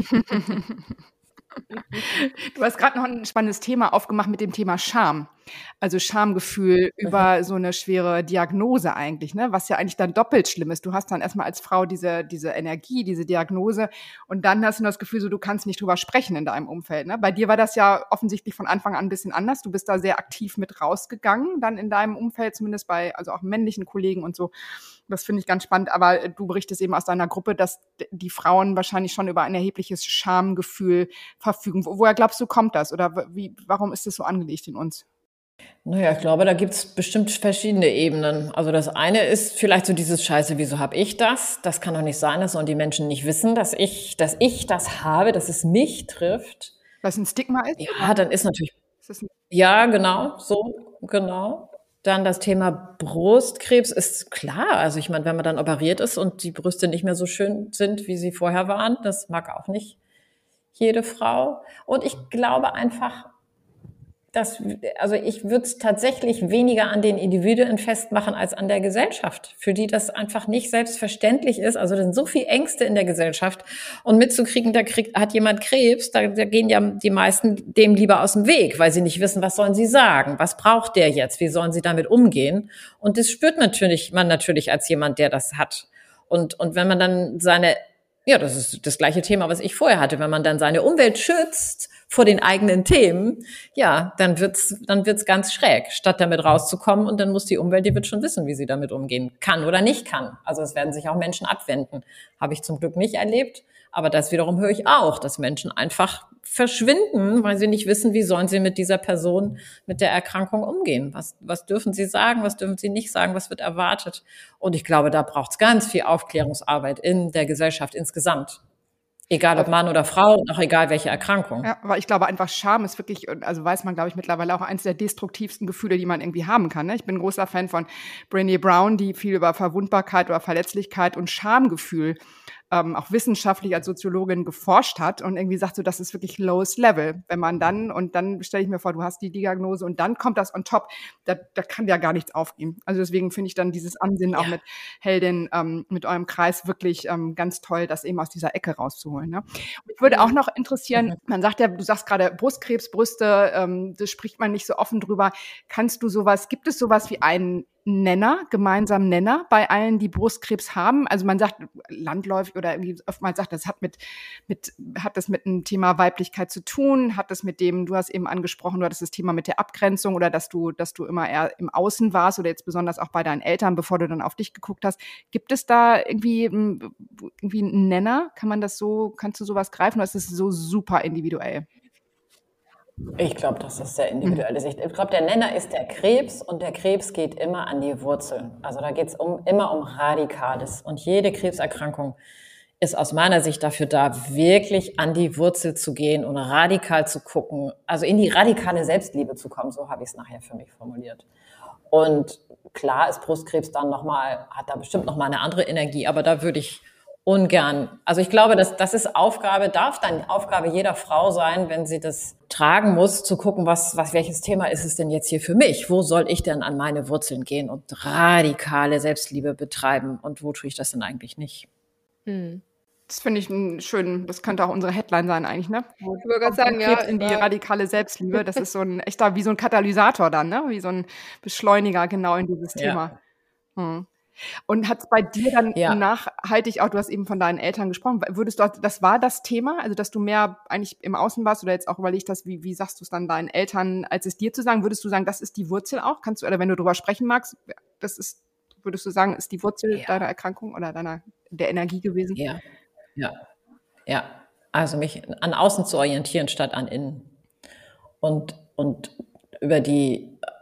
Du hast gerade noch ein spannendes Thema aufgemacht mit dem Thema Scham. Also Schamgefühl Mhm. über so eine schwere Diagnose eigentlich, ne? Was ja eigentlich dann doppelt schlimm ist. Du hast dann erstmal als Frau diese, diese Energie, diese Diagnose und dann hast du das Gefühl, so du kannst nicht drüber sprechen in deinem Umfeld, ne? Bei dir war das ja offensichtlich von Anfang an ein bisschen anders. Du bist da sehr aktiv mit rausgegangen, dann in deinem Umfeld, zumindest bei, also auch männlichen Kollegen und so. Das finde ich ganz spannend. Aber du berichtest eben aus deiner Gruppe, dass die Frauen wahrscheinlich schon über ein erhebliches Schamgefühl verfügen. Wo- Woher glaubst du, kommt das? Oder wie, warum ist das so angelegt in uns? Naja, ich glaube, da gibt's bestimmt verschiedene Ebenen. Also das eine ist vielleicht so dieses Scheiße, wieso habe ich das? Das kann doch nicht sein, dass sollen die Menschen nicht wissen, dass ich, dass ich das habe, dass es mich trifft. Was ein Stigma ist? Ja, dann ist natürlich, Ist das ein ja, genau, so, genau. Dann das Thema Brustkrebs ist klar. Also ich meine, wenn man dann operiert ist und die Brüste nicht mehr so schön sind, wie sie vorher waren, das mag auch nicht jede Frau. Und ich glaube einfach, dass, also ich würde es tatsächlich weniger an den Individuen festmachen als an der Gesellschaft, für die das einfach nicht selbstverständlich ist. Also da sind so viele Ängste in der Gesellschaft und mitzukriegen, da kriegt, hat jemand Krebs, da, da gehen ja die meisten dem lieber aus dem Weg, weil sie nicht wissen, was sollen sie sagen, was braucht der jetzt, wie sollen sie damit umgehen. Und das spürt natürlich man natürlich als jemand, der das hat. Und und wenn man dann seine Ja, das ist das gleiche Thema, was ich vorher hatte. Wenn man dann seine Umwelt schützt vor den eigenen Themen, ja, dann wird's, dann wird's ganz schräg, statt damit rauszukommen. Und dann muss die Umwelt, die wird schon wissen, wie sie damit umgehen kann oder nicht kann. Also es werden sich auch Menschen abwenden. Habe ich zum Glück nicht erlebt. Aber das wiederum höre ich auch, dass Menschen einfach verschwinden, weil sie nicht wissen, wie sollen sie mit dieser Person, mit der Erkrankung umgehen. Was, was dürfen sie sagen, was dürfen sie nicht sagen, was wird erwartet. Und ich glaube, da braucht es ganz viel Aufklärungsarbeit in der Gesellschaft insgesamt. Egal ob Mann oder Frau, und auch egal welche Erkrankung. Ja, aber ich glaube einfach, Scham ist wirklich, also weiß man, glaube ich, mittlerweile auch eines der destruktivsten Gefühle, die man irgendwie haben kann. Ne? Ich bin ein großer Fan von Brené Brown, die viel über Verwundbarkeit oder Verletzlichkeit und Schamgefühl ähm, auch wissenschaftlich als Soziologin geforscht hat und irgendwie sagt so, das ist wirklich lowest level. Wenn man dann, und dann stelle ich mir vor, du hast die Diagnose und dann kommt das on top, da, da kann ja gar nichts aufgehen. Also deswegen finde ich dann dieses Ansinnen auch Ja. mit Heldin, ähm, mit eurem Kreis wirklich ähm, ganz toll, das eben aus dieser Ecke rauszuholen. Ne? Mich würde auch noch interessieren, man sagt ja, du sagst gerade Brustkrebs, Brüste, ähm, das spricht man nicht so offen drüber. Kannst du sowas, gibt es sowas wie einen Nenner, gemeinsamen Nenner bei allen, die Brustkrebs haben? Also man sagt landläufig oder irgendwie oftmals sagt, das hat mit, mit, hat das mit einem Thema Weiblichkeit zu tun? Hat das mit dem, du hast eben angesprochen, du hattest das Thema mit der Abgrenzung oder dass du, dass du immer eher im Außen warst oder jetzt besonders auch bei deinen Eltern, bevor du dann auf dich geguckt hast. Gibt es da irgendwie, ähm, irgendwie einen Nenner? Kann man das so, kannst du sowas greifen oder ist es so super individuell? Ich glaube, dass das sehr individuell ist. Ich glaube, der Nenner ist der Krebs und der Krebs geht immer an die Wurzeln. Also da geht es um, immer um Radikales. Und jede Krebserkrankung ist aus meiner Sicht dafür da, wirklich an die Wurzel zu gehen und radikal zu gucken, also in die radikale Selbstliebe zu kommen, so habe ich es nachher für mich formuliert. Und klar ist Brustkrebs dann nochmal, hat da bestimmt nochmal eine andere Energie, aber da würde ich ungern, also ich glaube, dass das ist Aufgabe, darf dann Aufgabe jeder Frau sein, wenn sie das tragen muss, zu gucken, was, was, welches Thema ist es denn jetzt hier für mich? Wo soll ich denn an meine Wurzeln gehen und radikale Selbstliebe betreiben? Und wo tue ich das denn eigentlich nicht? Hm. Das finde ich einen schönen, das könnte auch unsere Headline sein eigentlich, ne? Ich würde gerade sagen, ja, Krebs in die äh, radikale Selbstliebe. Das ist so ein echter, wie so ein Katalysator dann, ne? Wie so ein Beschleuniger genau in dieses Ja. Thema. Hm. Und hat es bei dir dann Ja. nachhaltig auch, du hast eben von deinen Eltern gesprochen, würdest du, das war das Thema, also dass du mehr eigentlich im Außen warst oder jetzt auch überlegt hast, wie, wie sagst du es dann deinen Eltern, als es dir zu sagen, würdest du sagen, das ist die Wurzel auch? Kannst du, oder wenn du drüber sprechen magst, das ist, würdest du sagen, ist die Wurzel Ja. deiner Erkrankung oder deiner, der Energie gewesen? Ja, ja, ja. Also mich an außen zu orientieren statt an innen. Und, und über die,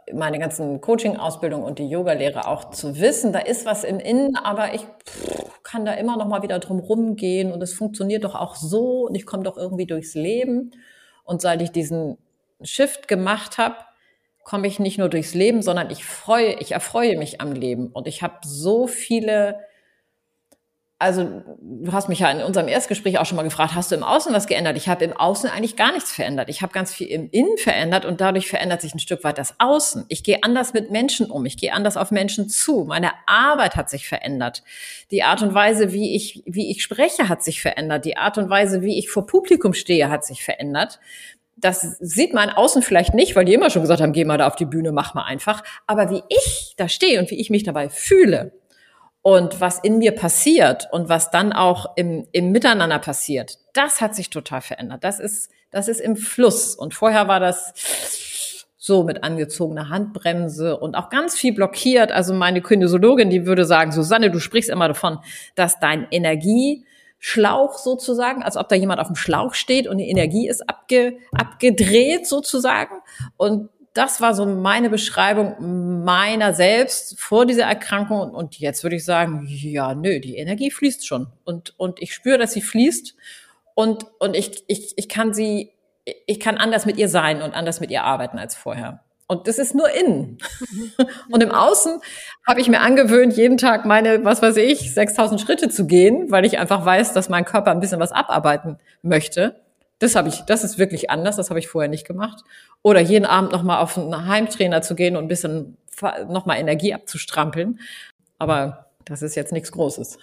meine ganzen Coaching-Ausbildung und die Yoga-Lehre auch zu wissen, da ist was im Innen, aber ich pff, kann da immer noch mal wieder drum rumgehen und es funktioniert doch auch so und ich komme doch irgendwie durchs Leben. Und seit ich diesen Shift gemacht habe, komme ich nicht nur durchs Leben, sondern ich freue, ich erfreue mich am Leben. Und ich habe so viele, also du hast mich ja in unserem Erstgespräch auch schon mal gefragt, hast du im Außen was geändert? Ich habe im Außen eigentlich gar nichts verändert. Ich habe ganz viel im Innen verändert und dadurch verändert sich ein Stück weit das Außen. Ich gehe anders mit Menschen um, ich gehe anders auf Menschen zu. Meine Arbeit hat sich verändert. Die Art und Weise, wie ich, wie ich spreche, hat sich verändert. Die Art und Weise, wie ich vor Publikum stehe, hat sich verändert. Das sieht man außen vielleicht nicht, weil die immer schon gesagt haben, geh mal da auf die Bühne, mach mal einfach. Aber wie ich da stehe und wie ich mich dabei fühle und was in mir passiert und was dann auch im, im Miteinander passiert, das hat sich total verändert. Das ist, das ist im Fluss. Und vorher war das so mit angezogener Handbremse und auch ganz viel blockiert. Also meine Kinesiologin, die würde sagen, Susanne, du sprichst immer davon, dass dein Energie Schlauch sozusagen, als ob da jemand auf dem Schlauch steht und die Energie ist abge, abgedreht sozusagen. Und das war so meine Beschreibung meiner selbst vor dieser Erkrankung. Und jetzt würde ich sagen, ja, nö, die Energie fließt schon. Und, und ich spüre, dass sie fließt. Und, und ich, ich, ich kann sie, ich kann anders mit ihr sein und anders mit ihr arbeiten als vorher. Und das ist nur innen. Und im Außen habe ich mir angewöhnt, jeden Tag meine, was weiß ich, sechstausend Schritte zu gehen, weil ich einfach weiß, dass mein Körper ein bisschen was abarbeiten möchte. Das habe ich, das ist wirklich anders. Das habe ich vorher nicht gemacht. Oder jeden Abend nochmal auf einen Heimtrainer zu gehen und ein bisschen nochmal Energie abzustrampeln. Aber das ist jetzt nichts Großes.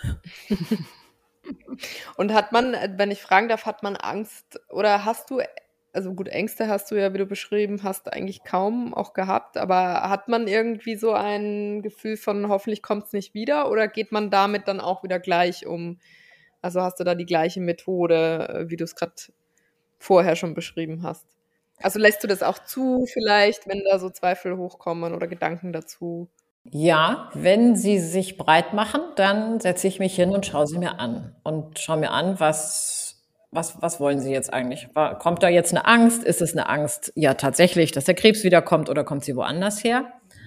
Und hat man, wenn ich fragen darf, hat man Angst oder hast du, also gut, Ängste hast du ja, wie du beschrieben hast, eigentlich kaum auch gehabt, aber hat man irgendwie so ein Gefühl von, hoffentlich kommt es nicht wieder oder geht man damit dann auch wieder gleich um? Also hast du da die gleiche Methode, wie du es gerade vorher schon beschrieben hast? Also lässt du das auch zu vielleicht, wenn da so Zweifel hochkommen oder Gedanken dazu? Ja, wenn sie sich breit machen, dann setze ich mich hin und schaue sie mir an und schaue mir an, was Was, was wollen Sie jetzt eigentlich? Kommt da jetzt eine Angst? Ist es eine Angst, ja tatsächlich, dass der Krebs wiederkommt oder kommt sie woanders her?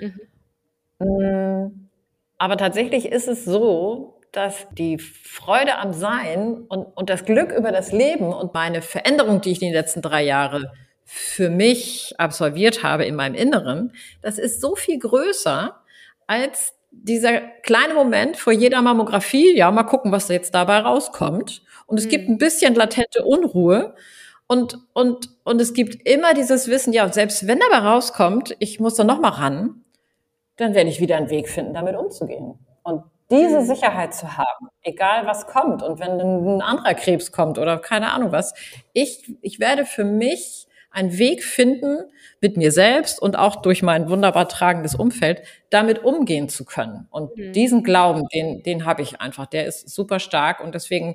Mhm. Aber tatsächlich ist es so, dass die Freude am Sein und, und das Glück über das Leben und meine Veränderung, die ich in den letzten drei Jahren für mich absolviert habe in meinem Inneren, das ist so viel größer als dieser kleine Moment vor jeder Mammographie. Ja, mal gucken, was da jetzt dabei rauskommt. Und es gibt ein bisschen latente Unruhe und, und, und es gibt immer dieses Wissen, ja, selbst wenn dabei rauskommt, ich muss da noch mal ran, dann werde ich wieder einen Weg finden, damit umzugehen. Und diese Sicherheit zu haben, egal was kommt und wenn ein anderer Krebs kommt oder keine Ahnung was, ich, ich werde für mich einen Weg finden, mit mir selbst und auch durch mein wunderbar tragendes Umfeld damit umgehen zu können. Und mhm. diesen Glauben, den, den habe ich einfach, der ist super stark und deswegen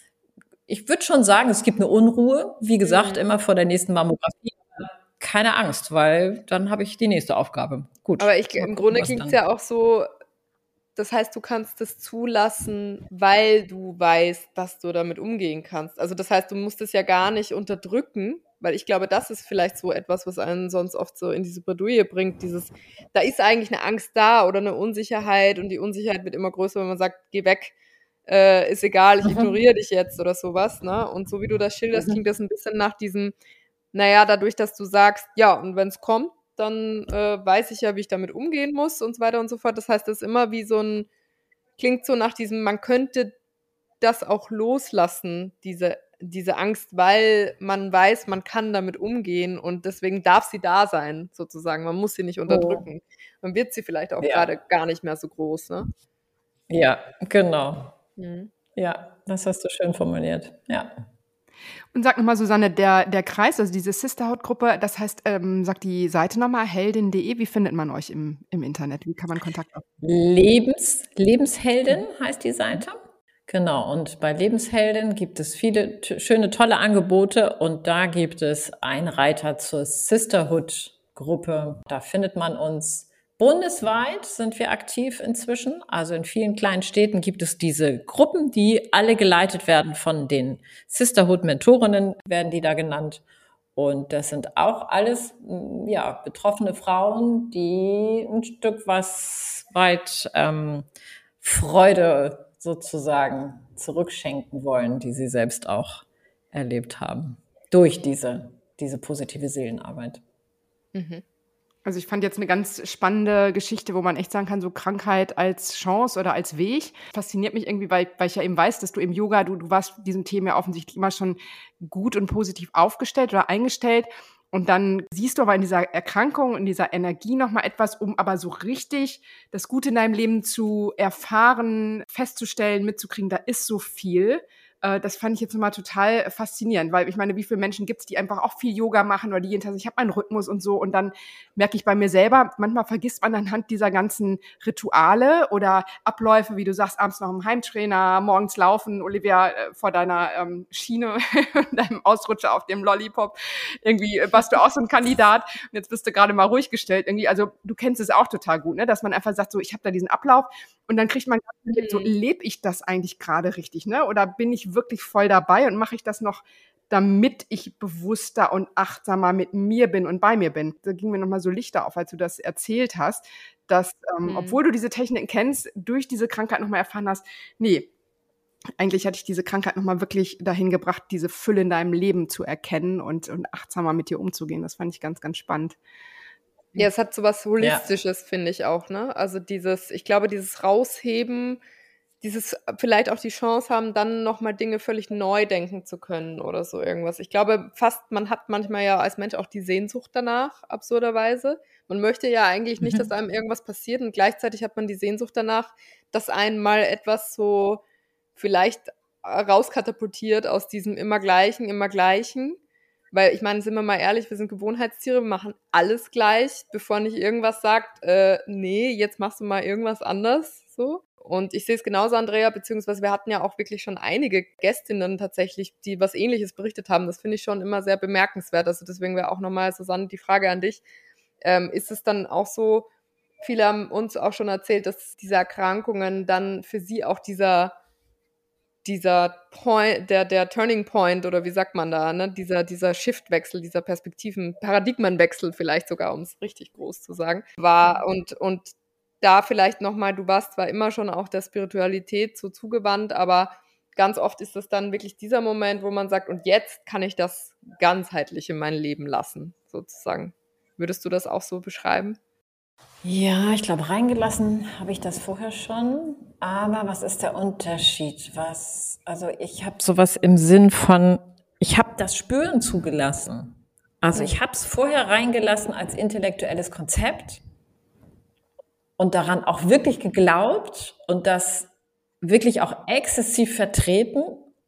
ich würde schon sagen, es gibt eine Unruhe, wie gesagt, mhm. immer vor der nächsten Mammographie. Keine Angst, weil dann habe ich die nächste Aufgabe. Gut. Aber ich, im Grunde klingt es ja auch so, das heißt, du kannst es zulassen, weil du weißt, dass du damit umgehen kannst. Also das heißt, du musst es ja gar nicht unterdrücken, weil ich glaube, das ist vielleicht so etwas, was einen sonst oft so in diese Bredouille bringt. Dieses, da ist eigentlich eine Angst da oder eine Unsicherheit und die Unsicherheit wird immer größer, wenn man sagt, geh weg. Äh, ist egal, ich ignoriere dich jetzt oder sowas, ne? Und so wie du das schilderst, klingt das ein bisschen nach diesem, naja, dadurch, dass du sagst, ja, und wenn es kommt, dann äh, weiß ich ja, wie ich damit umgehen muss und so weiter und so fort. Das heißt, das ist immer wie so ein, klingt so nach diesem, man könnte das auch loslassen, diese, diese Angst, weil man weiß, man kann damit umgehen und deswegen darf sie da sein, sozusagen. Man muss sie nicht unterdrücken. Oh. Dann wird sie vielleicht auch ja. gerade gar nicht mehr so groß, ne? Ja, genau. Mhm. Ja, das hast du schön formuliert, ja. Und sag nochmal, Susanne, der, der Kreis, also diese Sisterhood-Gruppe, das heißt, ähm, sag die Seite nochmal, heldin punkt de, wie findet man euch im, im Internet? Wie kann man Kontakt aufnehmen? Lebens, Lebensheldin heißt die Seite. Genau, und bei Lebensheldin gibt es viele t- schöne, tolle Angebote und da gibt es einen Reiter zur Sisterhood-Gruppe. Da findet man uns. Bundesweit sind wir aktiv inzwischen. Also in vielen kleinen Städten gibt es diese Gruppen, die alle geleitet werden von den Sisterhood-Mentorinnen, werden die da genannt. Und das sind auch alles ja, betroffene Frauen, die ein Stück was weit ähm, Freude sozusagen zurückschenken wollen, die sie selbst auch erlebt haben, durch diese, diese positive Seelenarbeit. Mhm. Also ich fand jetzt eine ganz spannende Geschichte, wo man echt sagen kann, so Krankheit als Chance oder als Weg. Fasziniert mich irgendwie, weil, weil ich ja eben weiß, dass du im Yoga, du, du warst diesem Thema ja offensichtlich immer schon gut und positiv aufgestellt oder eingestellt. Und dann siehst du aber in dieser Erkrankung, in dieser Energie nochmal etwas, um aber so richtig das Gute in deinem Leben zu erfahren, festzustellen, mitzukriegen, da ist so viel. Das fand ich jetzt nochmal total faszinierend, weil ich meine, wie viele Menschen gibt es, die einfach auch viel Yoga machen oder die jeden Tag, ich habe meinen Rhythmus und so, und dann merke ich bei mir selber, manchmal vergisst man anhand dieser ganzen Rituale oder Abläufe, wie du sagst, abends noch im Heimtrainer, morgens laufen, Olivia, äh, vor deiner ähm, Schiene, deinem Ausrutscher auf dem Lollipop, irgendwie warst du auch so ein Kandidat und jetzt bist du gerade mal ruhig gestellt irgendwie, also du kennst es auch total gut, ne, dass man einfach sagt, so ich habe da diesen Ablauf und dann kriegt man mhm. so, lebe ich das eigentlich gerade richtig, ne, oder bin ich wirklich voll dabei und mache ich das noch, damit ich bewusster und achtsamer mit mir bin und bei mir bin. Da ging mir nochmal so Lichter auf, als du das erzählt hast, dass, ähm, mhm. obwohl du diese Techniken kennst, durch diese Krankheit nochmal erfahren hast, nee, eigentlich hatte ich diese Krankheit nochmal wirklich dahin gebracht, diese Fülle in deinem Leben zu erkennen und, und achtsamer mit dir umzugehen. Das fand ich ganz, ganz spannend. Ja, es hat so was Holistisches, ja. finde ich auch, ne? Also dieses, ich glaube, dieses Rausheben, dieses vielleicht auch die Chance haben, dann nochmal Dinge völlig neu denken zu können oder so irgendwas. Ich glaube fast, man hat manchmal ja als Mensch auch die Sehnsucht danach, absurderweise. Man möchte ja eigentlich nicht, mhm. dass einem irgendwas passiert und gleichzeitig hat man die Sehnsucht danach, dass einen mal etwas so vielleicht rauskatapultiert aus diesem immer Gleichen, immer Gleichen. Weil ich meine, sind wir mal ehrlich, wir sind Gewohnheitstiere, wir machen alles gleich, bevor nicht irgendwas sagt, äh, nee, jetzt machst du mal irgendwas anders, so. Und ich sehe es genauso, Andrea, beziehungsweise wir hatten ja auch wirklich schon einige Gästinnen tatsächlich, die was Ähnliches berichtet haben. Das finde ich schon immer sehr bemerkenswert. Also deswegen wäre auch nochmal, Susanne, die Frage an dich. Ähm, ist es dann auch so, viele haben uns auch schon erzählt, dass diese Erkrankungen dann für sie auch dieser, dieser Point, der, der Turning Point oder wie sagt man da, ne, dieser, dieser Shiftwechsel, dieser Perspektiven, Paradigmenwechsel vielleicht sogar, um es richtig groß zu sagen, war und, und da vielleicht nochmal, du warst zwar immer schon auch der Spiritualität so zugewandt, aber ganz oft ist es dann wirklich dieser Moment, wo man sagt, und jetzt kann ich das ganzheitlich in mein Leben lassen, sozusagen. Würdest du das auch so beschreiben? Ja, ich glaube, reingelassen habe ich das vorher schon. Aber was ist der Unterschied? Was, also ich habe sowas im Sinn von, ich habe das Spüren zugelassen. Also ich habe es vorher reingelassen als intellektuelles Konzept. Und daran auch wirklich geglaubt und das wirklich auch exzessiv vertreten.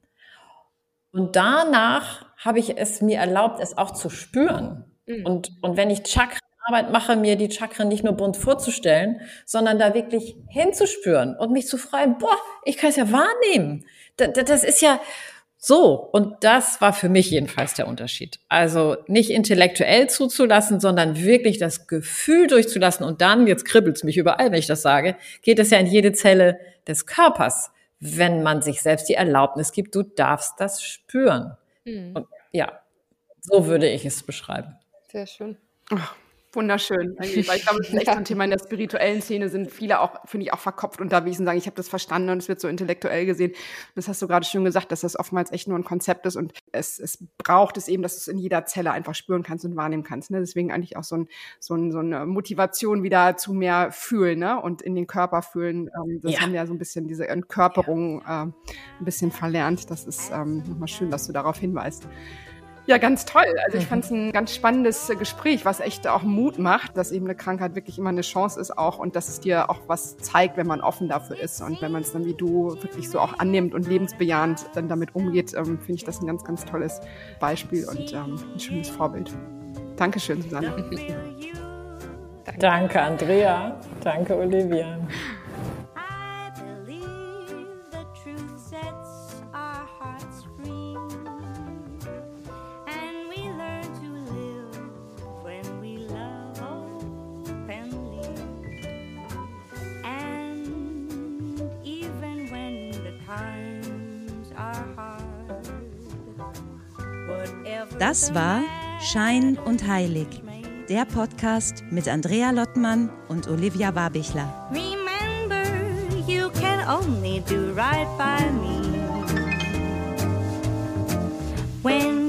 Und danach habe ich es mir erlaubt, es auch zu spüren. Mhm. Und, und wenn ich Chakrenarbeit mache, mir die Chakren nicht nur bunt vorzustellen, sondern da wirklich hinzuspüren und mich zu freuen, boah, ich kann es ja wahrnehmen. Das, das ist ja so. Und das war für mich jedenfalls der Unterschied. Also nicht intellektuell zuzulassen, sondern wirklich das Gefühl durchzulassen. Und dann, jetzt kribbelt es mich überall, wenn ich das sage, geht es ja in jede Zelle des Körpers, wenn man sich selbst die Erlaubnis gibt, du darfst das spüren. Mhm. Und ja, so würde ich es beschreiben. Sehr schön. Ach, wunderschön. Weil ich glaube, das ist echt so ein Thema in der spirituellen Szene, sind viele auch, finde ich, auch verkopft unterwegs und sagen, ich habe das verstanden und es wird so intellektuell gesehen. Und das hast du gerade schon gesagt, dass das oftmals echt nur ein Konzept ist und es, es braucht es eben, dass du es in jeder Zelle einfach spüren kannst und wahrnehmen kannst. Ne? Deswegen eigentlich auch so, ein, so, ein, so eine Motivation wieder zu mehr fühlen, ne? Und in den Körper fühlen. Ähm, das ja. haben wir ja so ein bisschen, diese Entkörperung äh, ein bisschen verlernt. Das ist ähm, nochmal schön, dass du darauf hinweist. Ja, ganz toll. Also ich fand es ein ganz spannendes Gespräch, was echt auch Mut macht, dass eben eine Krankheit wirklich immer eine Chance ist auch und dass es dir auch was zeigt, wenn man offen dafür ist und wenn man es dann wie du wirklich so auch annimmt und lebensbejahend dann damit umgeht, ähm, finde ich das ein ganz, ganz tolles Beispiel und ähm, ein schönes Vorbild. Dankeschön, Susanne. Danke. Danke, Andrea. Danke, Olivia. Das war Schein und Heilig. Der Podcast mit Andrea Lottmann und Olivia Warbichler. Remember, you can only do right by me. When